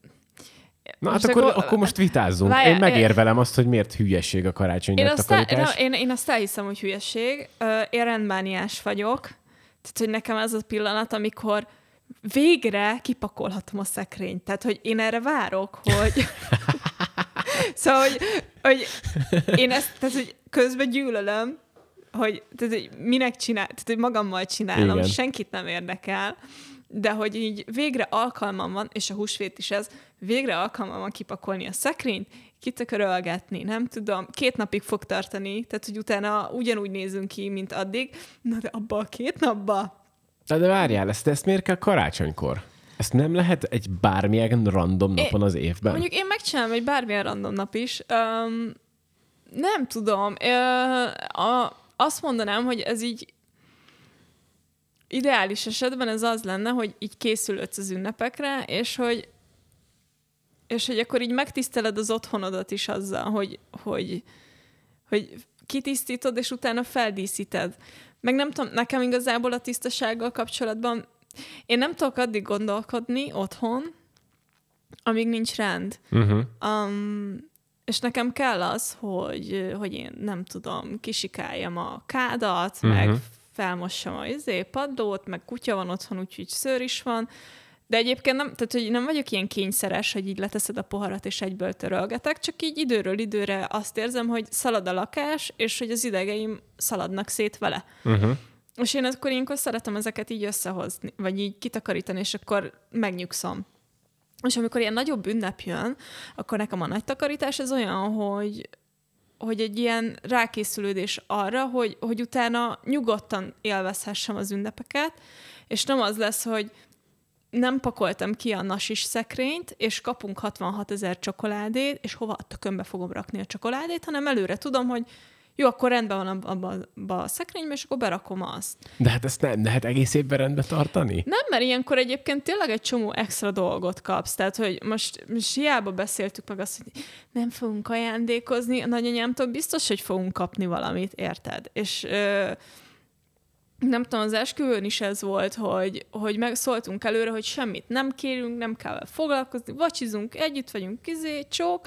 Na hát akkor most vitázzunk. Én megérvelem azt, hogy miért hülyeség a karácsonyi nagy takarítás. Én azt elhiszem, hogy hülyeség. Én rendmániás vagyok. Tehát, hogy nekem ez a pillanat, amikor végre kipakolhatom a szekrényt. Tehát, hogy én erre várok, hogy... Szóval, hogy én ezt, tehát, hogy közben gyűlölöm, hogy minek csinál, tehát, hogy magammal csinálom, senkit nem érdekel, de hogy így végre alkalmam van, és a húsvét is ez, végre alkalmam van kipakolni a szekrényt, kitökörölgetni, nem tudom, 2 napig fog tartani, tehát, hogy utána ugyanúgy nézünk ki, mint addig, na de abba a 2 napba. De várjál, ezt miért kell karácsonykor? Ezt nem lehet egy bármilyen random napon az évben? Mondjuk én megcsinálom egy bármilyen random nap is. Nem tudom. Azt mondanám, hogy ez így ideális esetben ez az lenne, hogy így készülődsz az ünnepekre, és hogy akkor így megtiszteled az otthonodat is azzal, hogy kitisztítod, és utána feldíszíted. Meg nem tudom, nekem igazából a tisztasággal kapcsolatban én nem tudok addig gondolkodni otthon, amíg nincs rend. És nekem kell az, hogy én nem tudom, kisikáljam a kádat, meg felmossam a padlót, meg kutya van otthon, úgyhogy szőr is van. De egyébként nem, tehát, hogy nem vagyok ilyen kényszeres, hogy így leteszed a poharat, és egyből törölgetek, csak így időről időre azt érzem, hogy szalad a lakás, és hogy az idegeim szaladnak szét vele. És én akkor ilyenkor szeretem ezeket így összehozni, vagy így kitakarítani, és akkor megnyugszom. És amikor ilyen nagyobb ünnep jön, akkor nekem a nagy takarítás ez olyan, hogy egy ilyen rákészülődés arra, hogy utána nyugodtan élvezhessem az ünnepeket, és nem az lesz, hogy nem pakoltam ki a nasis szekrényt, és kapunk 66 000 csokoládét, és hova a tökönbe fogom rakni a csokoládét, hanem előre tudom, hogy jó, akkor rendben van abba a szekrénybe, és akkor berakom azt. De hát ezt nem lehet egész évben rendbe tartani? Nem, mert ilyenkor egyébként tényleg egy csomó extra dolgot kapsz. Tehát, hogy most hiába beszéltük meg azt, hogy nem fogunk ajándékozni, a nagyanyámtól biztos, hogy fogunk kapni valamit, érted? És nem tudom, az esküvőn is ez volt, hogy megszóltunk előre, hogy semmit nem kérünk, nem kell vele foglalkozni, vacsizunk, együtt vagyunk, csók,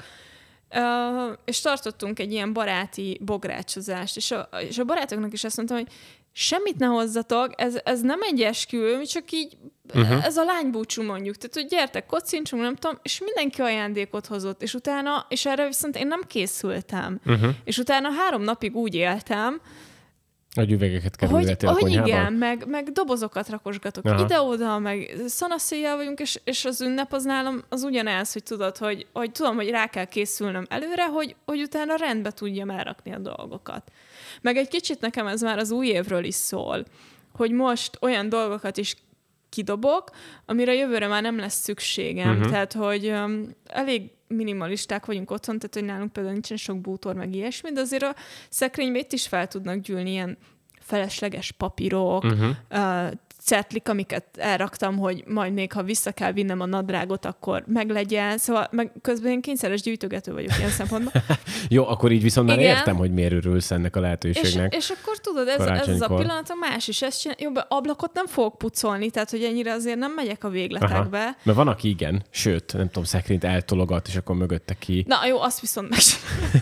és tartottunk egy ilyen baráti bográcsozást, és a barátoknak is azt mondtam, hogy semmit ne hozzatok, ez nem egy esküvő, csak így ez a lánybúcsú mondjuk, tehát hogy gyertek, kocincsunk, nem tudom, és mindenki ajándékot hozott, és erre viszont én nem készültem. És utána 3 napig úgy éltem, hogy üvegeket kerülgetél a konyhába? Hogy igen, meg dobozokat rakosgatok ide-oda, meg szanaszéjjel vagyunk, és az ünnep az nálam az ugyanez, hogy tudod, hogy tudom, hogy rá kell készülnöm előre, hogy utána rendbe tudjam elrakni a dolgokat. Meg egy kicsit nekem ez már az új évről is szól, hogy most olyan dolgokat is kidobok, amire jövőre már nem lesz szükségem. Tehát, hogy elég minimalisták vagyunk otthon, tehát, hogy nálunk például nincsen sok bútor, meg ilyesmi, de azért a szekrénybe itt is fel tudnak gyűlni ilyen felesleges papírok, cetlik, amiket elraktam, hogy majd még, ha vissza kell vinnem a nadrágot, akkor meglegyen. Szóval közben én kényszeres gyűjtögető vagyok ilyen szempontból. Jó, akkor így viszont már értem, hogy miért örülsz ennek a lehetőségnek. És akkor tudod, ez az a pillanat, a más is ezt csinál. Jó, ablakot nem fogok pucolni, tehát hogy ennyire azért nem megyek a végletekbe. Aha. Mert van, aki igen, sőt, nem tudom, szekrényt eltologat, és akkor mögötte ki. Na jó, azt viszont megcsinálom.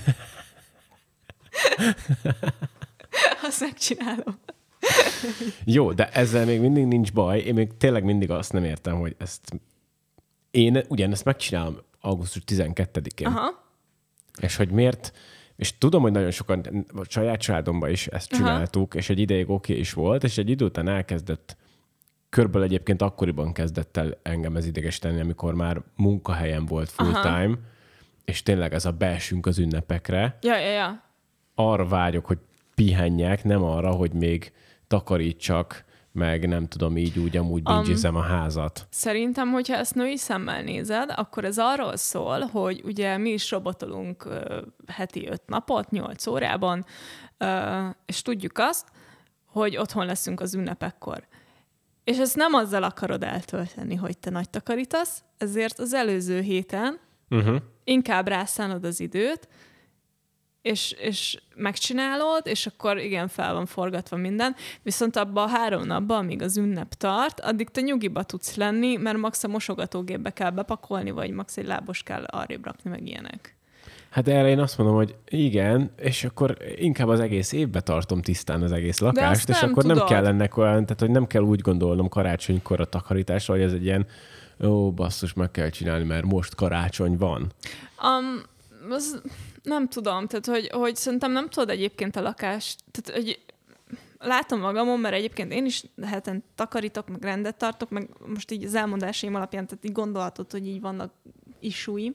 Azt megcsinálom. Jó, de ezzel még mindig nincs baj. Én még tényleg mindig azt nem értem, hogy én ugyanezt megcsinálom augusztus 12-én. Aha. És hogy miért, és tudom, hogy nagyon sokan, a saját családomban is ezt csináltuk, és egy ideig oké is volt, és egy idő után elkezdett, körülbelül egyébként akkoriban kezdett el engem ez idegesíteni, amikor már munkahelyem volt full-time, és tényleg ez a beesünk az ünnepekre. Ja. Arra vágyok, hogy pihenjek, nem arra, hogy még takarítsak, meg nem tudom, így úgy amúgy bingyizem a házat. Szerintem, hogyha ezt női szemmel nézed, akkor ez arról szól, hogy ugye mi is robotolunk heti 5 napot, 8 órában, és tudjuk azt, hogy otthon leszünk az ünnepekkor. És ezt nem azzal akarod eltölteni, hogy te nagy takarítasz, ezért az előző héten inkább rászánod az időt, és megcsinálod, és akkor igen, fel van forgatva minden, viszont abban a 3 napban, amíg az ünnep tart, addig te nyugiba tudsz lenni, mert max a mosogatógépbe kell bepakolni, vagy max egy lábos kell arrébb rakni, meg ilyenek. Hát erre én azt mondom, hogy igen, és akkor inkább az egész évbe tartom tisztán az egész lakást, és akkor nem kell ennek olyan, tehát hogy nem kell úgy gondolnom karácsonykor a takarításra, hogy ez egy ilyen, ó, basszus, meg kell csinálni, mert most karácsony van. Nem tudom, tehát hogy szerintem nem tudod egyébként a lakást, tehát hogy látom magamon, mert egyébként én is heten takarítok, meg rendet tartok, meg most így az elmondásaim alapján, tehát így gondolhatod, hogy így vannak issúim.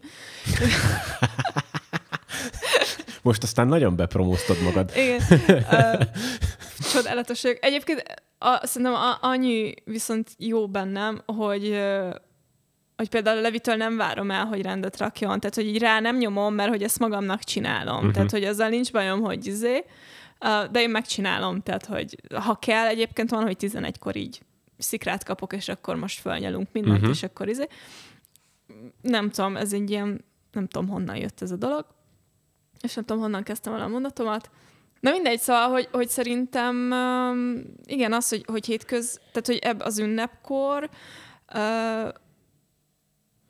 Most aztán nagyon bepromóztad magad. Igen. Csodálatos vagyok. Egyébként szerintem annyi viszont jó bennem, hogy például a Levitől nem várom el, hogy rendet rakjon. Tehát, hogy így rá nem nyomom, mert hogy ezt magamnak csinálom. Tehát, hogy azzal nincs bajom, hogy de én megcsinálom. Tehát, hogy ha kell, egyébként van, hogy 11-kor így szikrát kapok, és akkor most fölnyelünk mindent, és akkor nem tudom, ez egy ilyen, nem tudom, honnan jött ez a dolog, és nem tudom, honnan kezdtem el a mondatomat. Na mindegy, szóval, hogy szerintem igen, az, hogy tehát, hogy az ünnepkor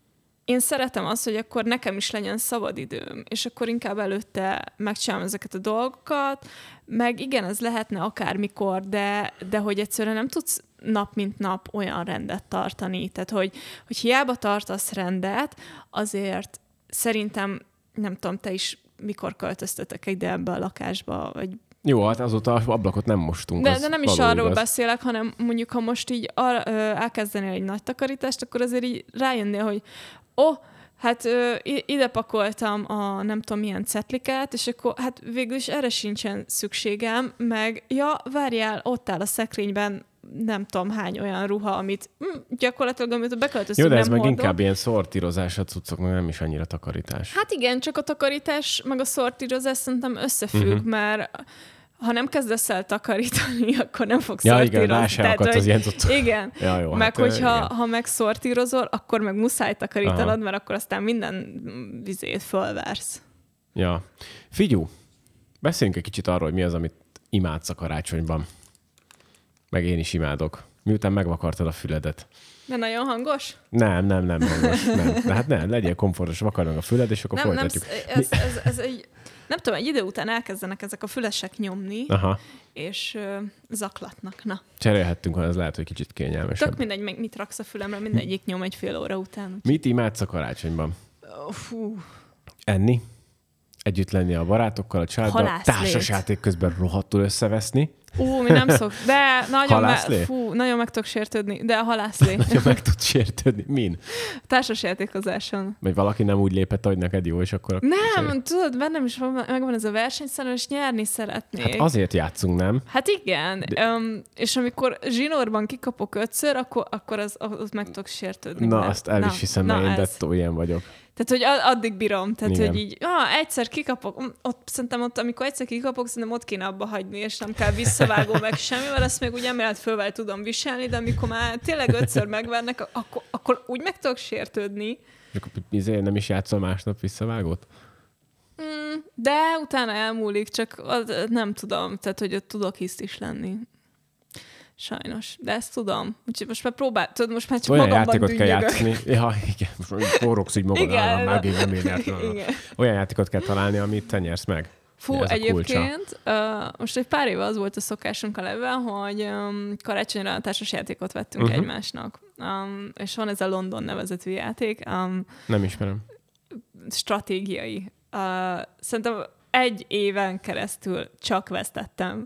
én szeretem azt, hogy akkor nekem is legyen szabadidőm, és akkor inkább előtte megcsinálom ezeket a dolgokat, meg igen, ez lehetne akármikor, de hogy egyszerűen nem tudsz nap mint nap olyan rendet tartani. Tehát, hogy hiába tartasz rendet, azért szerintem, nem tudom, te is mikor költöztetek ide ebbe a lakásba, vagy... Jó, hát azóta ablakot nem mostunk. De nem is arról beszélek, hanem mondjuk, ha most így elkezdenél egy nagy takarítást, akkor azért így rájönnél, hogy hát ide pakoltam a nem tudom milyen cetliket, és akkor hát végül is erre sincsen szükségem, meg várjál, ott áll a szekrényben nem tudom hány olyan ruha, amit gyakorlatilag, amit beköltöztünk, nem hordom. Jó, de ez meg hordom. inkább ilyen szortírozás a cuccoknak, nem is annyira takarítás. Hát igen, csak a takarítás meg a szortírozás szerintem összefügg, mert ha nem kezdesz el takarítani, akkor nem fogsz szortírozni. Igen, rá se akadsz az ilyen cuccok. Igen, ja, jó, meg hát, hogyha megszortírozol, akkor meg muszáj takarítanod, mert akkor aztán minden vizét fölversz. Ja. Figyú, beszéljünk egy kicsit arról, hogy mi az, amit imádsz a karácsonyban. Meg én is imádok. Miután megvakartad a füledet. De nagyon hangos? Nem hangos. Nem. De hát nem, legyél komfortos, vakard meg a füled, és akkor folytatjuk. Ez egy... Nem tudom, egy idő után elkezdenek ezek a fülesek nyomni, és zaklatnak. Na. Cserélhettünk, ha ez lehet, hogy kicsit kényelmesebb. Tök mindegy, mit raksz a fülemre, mindegyik nyom egy fél óra után. Mit imádsz a karácsonyban? Enni? Együtt lenni a barátokkal, a családdal, társasjáték közben rohadtul összeveszni. Mi nem szok, de nagyon meg tudok sértődni, de a halászlé. Nagyon meg tudsz sértődni. Min? Társasjátékozáson. Vagy valaki nem úgy lépett, hogy neked jó, és akkor... Nem, tudod, bennem is megvan ez a versenyszerű, és nyerni szeretnék. Hát azért játszunk, nem? Hát igen, és amikor zsinórban kikapok 5-ször, akkor az meg tudok sértődni. Na, azt el is hiszem, mert én dettó ilyen vagyok. Tehát, hogy addig bírom. Tehát, igen. Hogy így, egyszer kikapok, szerintem ott, amikor egyszer kikapok, szerintem ott kéne abba hagyni, és nem kell visszavágó meg semmivel, ezt még ugye emellett fölvel tudom viselni, de amikor már tényleg 5-ször megvernek, akkor úgy meg tudok sértődni. És akkor nem is játszol másnap visszavágót? De utána elmúlik, csak nem tudom, tehát, hogy ott tudok hiszt is lenni. Sajnos, de ezt tudom. Úgyhogy most már tudod, most már csak olyan magamban játékot dünnyögök. kell játszani. Ja, igen, most forogsz így magadnál, már nem értem. Olyan játékot kell találni, amit te nyersz meg. Egyébként most egy pár éve az volt a szokásunk a Levvel, hogy karácsonyra társas játékot vettünk egymásnak. És van ez a London nevezetű játék. Nem ismerem. Stratégiai. Szerintem 1 éven keresztül csak vesztettem.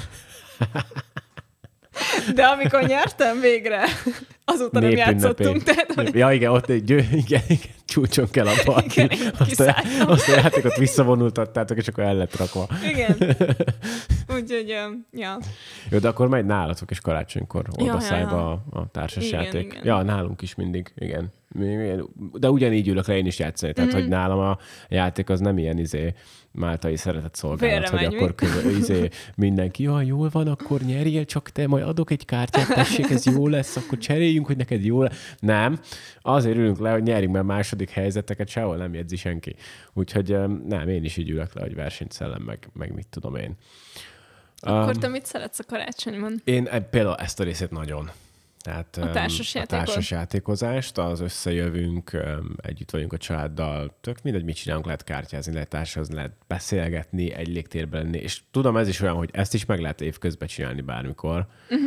De amikor nyertem végre, azóta nem játszottunk. Tehát, hogy... Ja, igen, ott igen, csúcson kell a parti. Azt a játékot visszavonultattátok, és akkor el lett rakva. Igen. Úgyhogy, ja. Jó, de akkor megy nálatok is karácsonykor odaszájba a társas játék. Igen. Ja, nálunk is mindig, igen. De ugyanígy ülök le én is játszani. Tehát, hogy nálam a játék az nem ilyen máltai szeretett szolgálat, hogy akkor mindenki, jól van, akkor nyerjél csak te, majd adok egy kártyát, tessék, ez jó lesz, akkor cseréljünk, hogy neked jó lesz. Nem, azért ülünk le, hogy nyerjünk, mert második helyzeteket sehol nem jegyzi senki. Úgyhogy nem, én is így ülök le, hogy versenyszellem, meg mit tudom én. Akkor te mit szeretsz a karácsonyban? Én például ezt a részét nagyon. Tehát a társas játékozást, az összejövünk, együtt vagyunk a családdal, tök mindegy, mit csinálunk, lehet kártyázni, lehet társazni, lehet beszélgetni, egy légtérben lenni, és tudom, ez is olyan, hogy ezt is meg lehet évközben csinálni bármikor.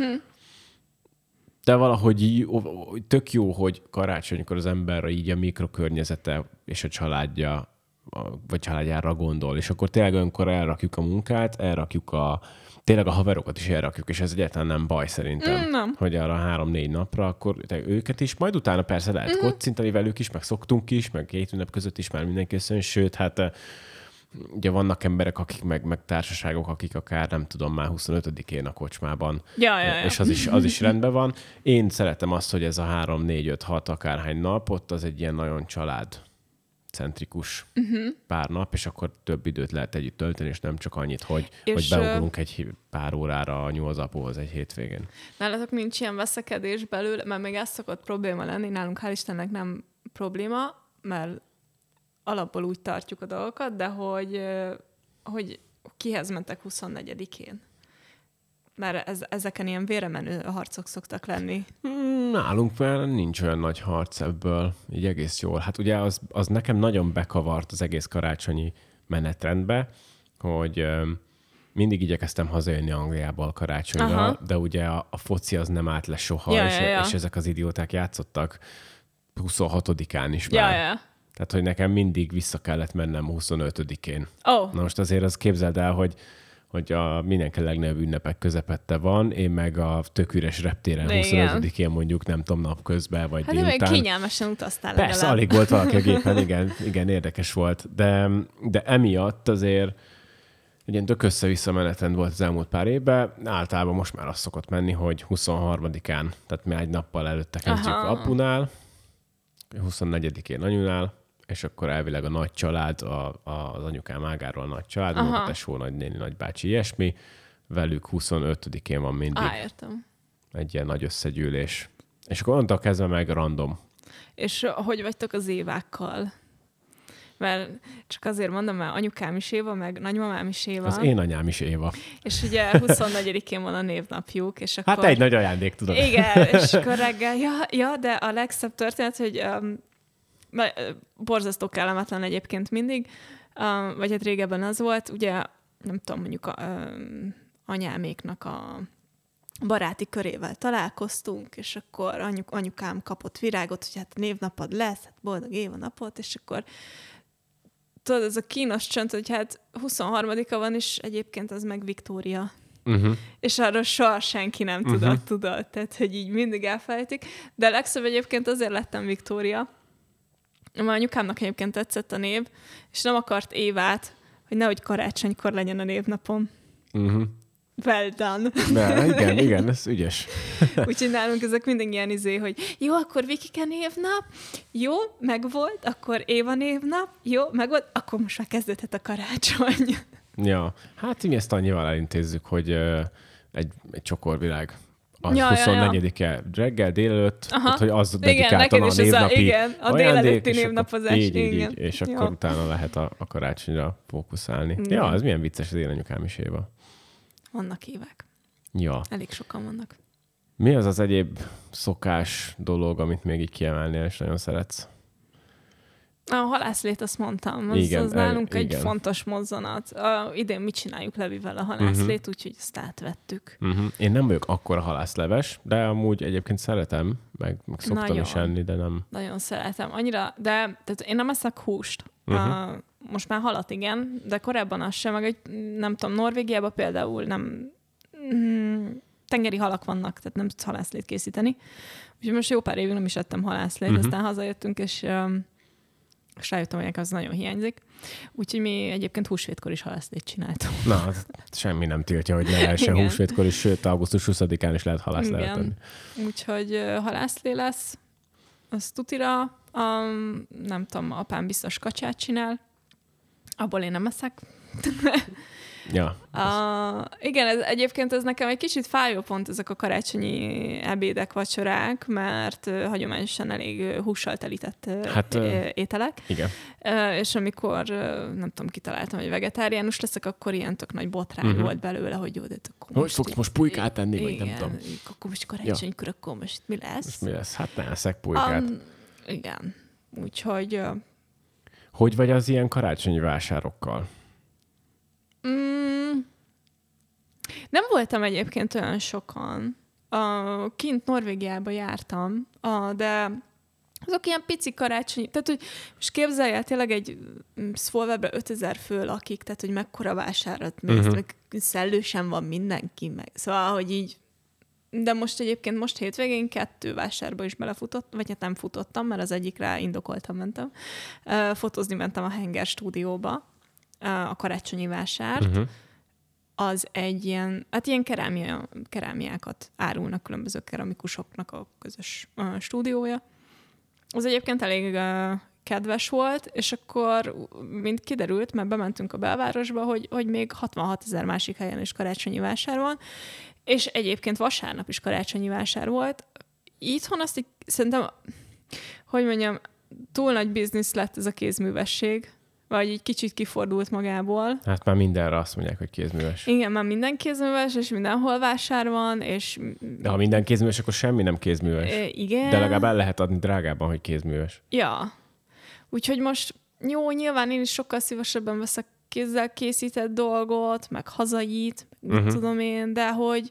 De valahogy tök jó, hogy karácsonykor az ember így a mikrokörnyezete és a családja, vagy családjára gondol, és akkor tényleg olyankor elrakjuk a munkát, tényleg a haverokat is elrakjuk, és ez egyáltalán nem baj szerintem, hogy arra 3-4 napra, akkor őket is, majd utána persze lehet kocintani velük is, meg szoktunk is, meg 2 ünnep között is már mindenki összön, sőt, hát ugye vannak emberek, akik meg társaságok, akik akár nem tudom, már 25-én a kocsmában, és az is rendben van. Én szeretem azt, hogy ez a 3-4-5-6 akárhány nap, ott az egy ilyen nagyon családcentrikus pár nap, és akkor több időt lehet együtt tölteni, és nem csak annyit, hogy beugrunk egy pár órára a nyúlzapóhoz egy hétvégén. Nálatok nincs ilyen veszekedés belőle, mert még ez szokott probléma lenni, nálunk hál' Istennek nem probléma, mert alapból úgy tartjuk a dolgokat, de hogy kihez mentek 24-én. Mert ezeken ilyen véremenő harcok szoktak lenni. Nálunk már nincs olyan nagy harc ebből, így egész jól. Hát ugye az nekem nagyon bekavart az egész karácsonyi menetrendbe, hogy mindig igyekeztem hazajönni Angliából karácsonyra, de ugye a foci az nem állt le soha, és ezek az idióták játszottak 26-án is már. Ja. Tehát, hogy nekem mindig vissza kellett mennem 25-én. Oh. Na most azért az képzeld el, hogy a mindenki legnagyobb ünnepek közepette van, én meg a tök üres reptéren 25-én mondjuk, nem tudom, napközben, vagy délután. Hát de kényelmesen utaztál legalább. Persze, alig volt valaki a gépen, igen, érdekes volt. De emiatt azért egy tök össze-vissza menetrend volt az elmúlt pár évben. Általában most már az szokott menni, hogy 23-án, tehát mi egy nappal előtte kezdjük apunál, 24-én anyunál, és akkor elvileg a nagy család, az anyukám ágáról a nagy család, a tesó, nagynéni, nagybácsi, ilyesmi, velük 25-én van mindig egy ilyen nagy összegyűlés. És akkor onnantól kezdve meg random. És hogy vagytok az évákkal? Mert csak azért mondom, mert anyukám is Éva, meg nagymamám is Éva. Az én anyám is Éva. És ugye 24-én van a névnapjuk, és akkor... Hát egy nagy ajándék, tudod. Igen, és akkor reggel, de a legszebb történet, hogy borzasztó kellemetlen egyébként mindig, vagy hát régebben az volt, ugye, nem tudom, mondjuk anyáméknak a baráti körével találkoztunk, és akkor anyukám kapott virágot, hogy hát névnapod lesz, hát boldog Éva napot, és akkor tudod, ez a kínos csönd, hogy hát 23-a van, és egyébként az meg Viktória. És arról soha senki nem tudott. Tehát, hogy így mindig elfelejtik. De legszebb egyébként azért lettem Viktória, mert anyukámnak egyébként tetszett a név, és nem akart Évát, hogy nehogy karácsonykor legyen a névnapom. Well done. Igen, ez ügyes. Úgyhogy nálunk ezek mindig ilyen hogy jó, akkor Vikike névnap, jó, megvolt, akkor Éva névnap, jó, megvolt, akkor most már kezdődhet a karácsony. Ja, hát mi ezt annyival elintézzük, hogy egy csokorvilág. A 24-e reggel, délelőtt, tehát, hogy az dedikáltan a névnapi a délelőtti névnapozás. Így, és akkor utána lehet a karácsonyra fókuszálni. Ja, ez milyen vicces, az én anyukám is Éva. Vannak évek. Ja. Elég sokan vannak. Mi az egyéb szokás dolog, amit még így kiemelnél, és nagyon szeretsz? A halászlét, azt mondtam. Az nálunk egy fontos mozzanat. Idén mit csináljuk Levivel a halászlét, úgyhogy ezt átvettük. Én nem vagyok akkora halászleves, de amúgy egyébként szeretem, meg szoktam nagyon is enni, de nem. Nagyon szeretem. Annyira, de tehát én nem eszek húst. Most már halat igen, de korábban az sem, meg nem tudom, Norvégiában például nem tengeri halak vannak, tehát nem tudsz halászlét készíteni. Úgyhogy most jó pár évig nem is ettem halászlét, aztán hazajöttünk, és rájöttem, hogy az nagyon hiányzik. Úgyhogy mi egyébként húsvétkor is halászlét csináltunk. Na, semmi nem tiltja, hogy ne lehessen húsvétkor is, sőt, augusztus 20-án is lehet halászlét tenni. Úgyhogy halászlé lesz, az tutira, nem tudom, apám biztos kacsát csinál, abból én nem eszek. Ja. Igen, egyébként ez nekem egy kicsit fájó pont, ezek a karácsonyi ebédek, vacsorák, mert hagyományosan elég hússal telített ételek. Igen. És amikor, nem tudom, kitaláltam, hogy vegetáriánus leszek, akkor ilyen tök nagy botrány volt belőle, hogy jó, de akkor hogy fogsz most pulykát enni, vagy nem tudom. Akkor most karácsonykor, akkor most mi lesz? Most mi lesz? Hát ne eszek pulykát. Igen. Úgyhogy... Hogy vagy az ilyen karácsonyi vásárokkal? Nem voltam egyébként olyan sokan. Kint Norvégiába jártam, de azok ilyen pici karácsonyi, tehát hogy most képzelj el, tényleg egy Szvolvebre 5000 fő lakik, tehát hogy mekkora vásárat mész, meg szellősen van mindenki, meg. Szóval, hogy így, de most egyébként most hétvégén 2 vásárba is belefutottam, vagy hát nem futottam, mert az egyikre indokoltam mentem. Fotózni mentem a Henger stúdióba, a karácsonyi vásárt. Az egy ilyen, hát ilyen kerámiákat árulnak különböző keramikusoknak a közös stúdiója. Az egyébként elég kedves volt, és akkor, mint kiderült, mert bementünk a belvárosba, hogy még 66 000 másik helyen is karácsonyi vásár van, és egyébként vasárnap is karácsonyi vásár volt. Itthon azt így, szerintem, hogy mondjam, túl nagy biznisz lett ez a kézművesség, vagy egy kicsit kifordult magából. Hát már mindenre azt mondják, hogy kézműves. Igen, már minden kézműves, és mindenhol vásár van, és... De ha minden kézműves, akkor semmi nem kézműves. Igen. De legalább el lehet adni drágában, hogy kézműves. Ja. Úgyhogy most jó, nyilván én is sokkal szívesebben veszek kézzel készített dolgot, meg hazait, meg mit tudom én, de hogy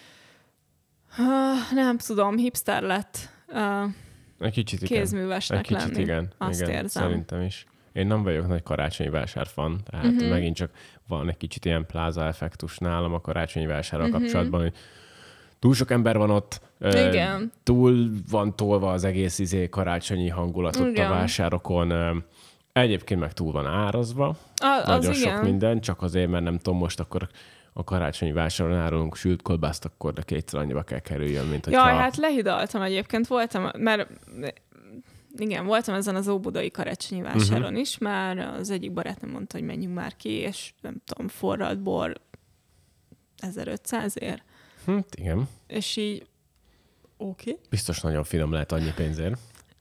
nem tudom, hipster lett egy kicsit kézművesnek egy kicsit lenni. Igen, azt igen, érzem. Szerintem is. Én nem vagyok nagy karácsonyi vásárfan, tehát megint csak van egy kicsit ilyen pláza effektus nálam a karácsonyi vásárral kapcsolatban, hogy túl sok ember van ott, túl van tolva az egész karácsonyi hangulat ott a vásárokon, egyébként meg túl van árazva, nagyon sok minden, csak azért, mert nem tudom, most akkor a karácsonyi vásáron árulunk sült kolbászt, akkor de kétszer annyiba kell kerüljön, mint hogyha... Jaj, hát lehidaltam egyébként, voltam ezen az óbudai karácsonyi vásáron is, már az egyik barátnőm mondta, hogy menjünk már ki, és nem tudom, forralt bor 1500-ért. Igen. És így oké. Biztos nagyon finom lehet annyi pénzért.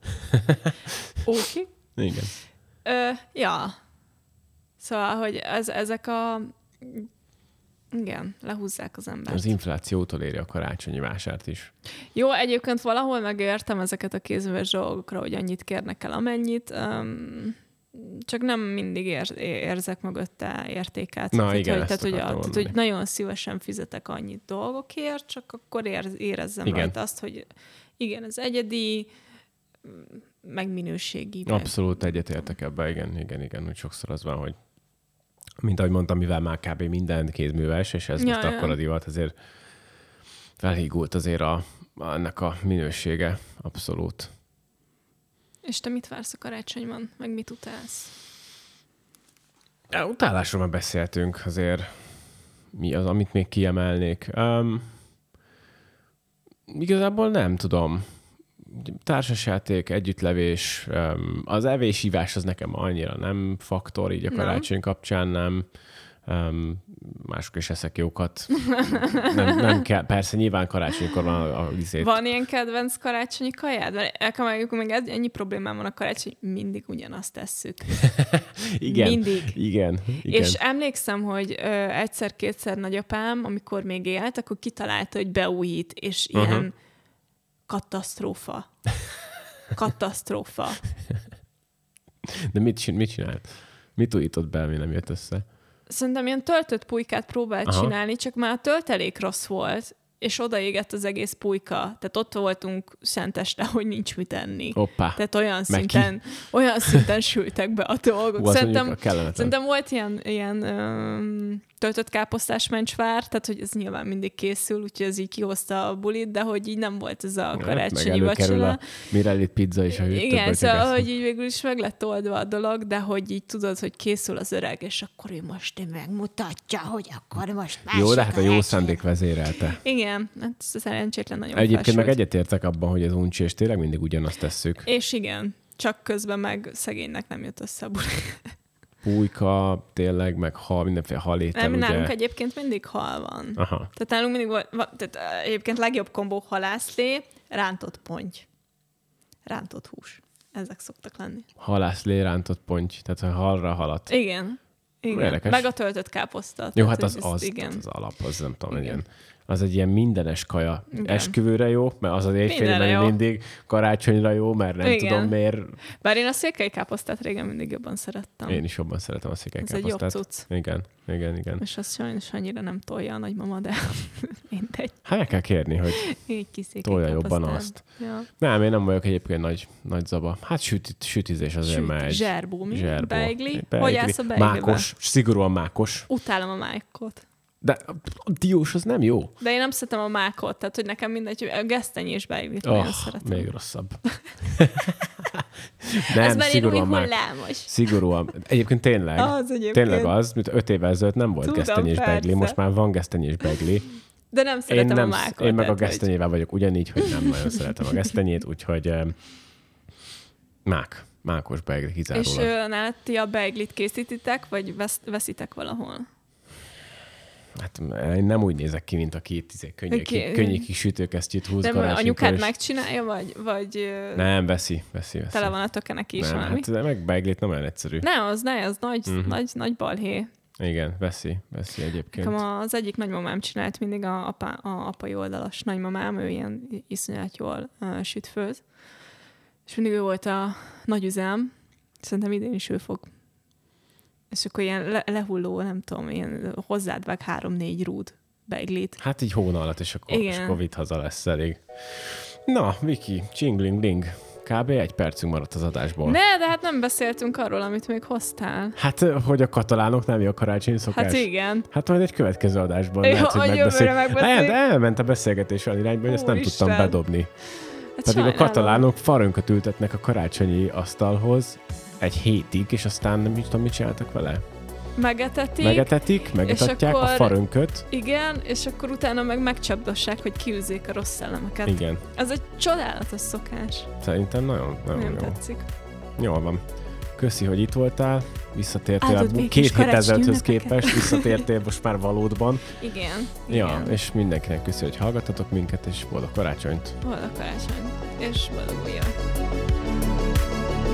Oké. Igen. Ja. Szóval, hogy ezek a... Igen, lehúzzák az embert. Az inflációtól éri a karácsonyi vásárt is. Jó, egyébként valahol megértem ezeket a kézműves dolgokra, hogy annyit kérnek el, amennyit. Csak nem mindig érzek mögötte értéket. Na igen, tehát, hogy nagyon szívesen fizetek annyit dolgokért, csak akkor érezzem rajta azt, hogy igen, ez egyedi, meg minőségi. Abszolút egyetértek ebbe, igen. Úgy sokszor az van, hogy mint ahogy mondtam, mivel már kb. Minden kézműves, és ez most akkor a divat, azért felhígult azért ennek a minősége, abszolút. És te mit vársz a karácsonyban? Meg mit utálsz? Utálásról már beszéltünk, azért mi az, amit még kiemelnék. Igazából nem tudom. Társasjáték, együttlevés, az evés-ívás az nekem annyira nem faktor, így a karácsony kapcsán nem. Mások is eszek jókat. Nem kell. Persze nyilván karácsonykor van a vizét. Van ilyen kedvenc karácsonyi kajád? Mert elkezdjük, még ennyi problémám van a karácsony, mindig ugyanazt tesszük. Igen. Mindig. Igen. És emlékszem, hogy egyszer-kétszer nagyapám, amikor még élt, akkor kitalálta, hogy beújít, és ilyen katasztrófa. Katasztrófa. De mit csinált? Mit újított be, ami nem jött össze? Szerintem ilyen töltött pulykát próbált csinálni, csak már a töltelék rossz volt, és odaégett az egész pulyka. Tehát ott voltunk szenteste, hogy nincs mit enni. Hoppá. Tehát olyan szinten sültek be a dolgok. Szerintem volt ilyen töltött káposztás mencsvár, tehát hogy ez nyilván mindig készül, úgyhogy ez így kihozta a bulit, de hogy így nem volt ez a karácsonyi vacsora. A Mirelli pizza is, ahogy igen, szóval, hogy így végül is meg lett oldva a dolog, de hogy így tudod, hogy készül az öreg, és akkor ő most megmutatja, hogy akkor most másik. Jó, de hát a jó szándék vezérelte. Igen, hát szerencsétlen nagyon egyébként felsült. meg egyetértek abban, hogy az uncsi, és tényleg mindig ugyanazt tesszük. És igen, csak közben meg szegénynek nem jött össze a buli. Pulyka, tényleg, meg hal, mindenféle halétel, nem, ugye? Nálunk egyébként mindig hal van. Aha. Tehát nálunk mindig volt, tehát egyébként legjobb kombó halászlé, rántott ponty. Rántott hús. Ezek szoktak lenni. Halászlé, rántott ponty, tehát a halra halat. Igen. Érdekes. Meg a töltött káposzta. Jó, hát az alap, az nem tudom, az egy ilyen mindenes kaja. Igen. Esküvőre jó, mert az éjféli mindig, karácsonyra jó, mert nem tudom miért. Bár én a székely káposztát régen mindig jobban szerettem. Én is jobban szeretem a székely káposztát. Ez egy jobb cucc. Igen. És azt sajnos annyira nem tolja a nagymama, de mindegy. Hát meg kell kérni, hogy tolja jobban azt. Ja. Nem, én nem vagyok egyébként nagy zaba. Hát sütizés azért megy. Zserbó, mi? Beigli? Hogy állsz a beiglibe? Mákos, szigorúan mákos. Utálom a mákot. De a diós az nem jó. De én nem szeretem a mákot, tehát hogy nekem mindegy, hogy a gesztenyés beiglit nagyon szeretem. Még rosszabb. Nem, ez már én új hullámos. Szigorúan. Egyébként tényleg. Tényleg az, mint 5 évvel ezelőtt nem volt gesztenyés beigli, most már van gesztenyés beigli. De nem szeretem a mákot. Én meg a gesztenyével vagyok ugyanígy, hogy nem nagyon szeretem a gesztenyét, úgyhogy mákos beigli kizárólag. És nálad ti a beiglit készítitek, vagy veszitek valahol? Hát én nem úgy nézek ki, mint aki könnyű kis sütőkesztyűt húz karácsonykor. Nem, anyukád megcsinálja, vagy... Nem, veszi. Tele van a tökenek is valami? Hát meg beiglit nem olyan egyszerű. Az nagy balhé. Igen, veszi egyébként. Az egyik nagymamám csinált mindig a apai oldalas nagymamám, ő ilyen iszonyat jól süt főz. És mindig ő volt a nagy üzem, szerintem idén is ő fog. És akkor ilyen lehulló, nem tudom, ilyen hozzád vág 3-4 rúd beiglit. Hát így hóna alatt, és akkor vidd haza lesz elég. Na, Viki, csingling-ling. Kb. 1 percünk maradt az adásból. De hát nem beszéltünk arról, amit még hoztál. Hát, hogy a katalánok nem jó karácsonyi szokás. Hát igen. Hát majd egy következő adásban lehet, hogy megbeszéljük. De elment a beszélgetés olyan irányba, hogy ezt nem tudtam bedobni. Hát pedig sajnálom. A katalánok farönköt ültetnek a karácsonyi asztalhoz 1 hétig, és aztán nem tudom, mit csináltak vele. Megetetják a farönköt. Igen, és akkor utána megcsapdossák, hogy kiűzzék a rossz szellemeket. Igen. Ez egy csodálatos szokás. Szerintem nagyon nem jó. Tetszik. Jól van. Köszi, hogy itt voltál. Visszatértél 2 hét ezelőtthöz képest, visszatértél most már valódban. Igen. Ja, és mindenkinek köszi, hogy hallgattatok minket, és boldog karácsonyt. Boldog karácsonyt, és boldog új évet.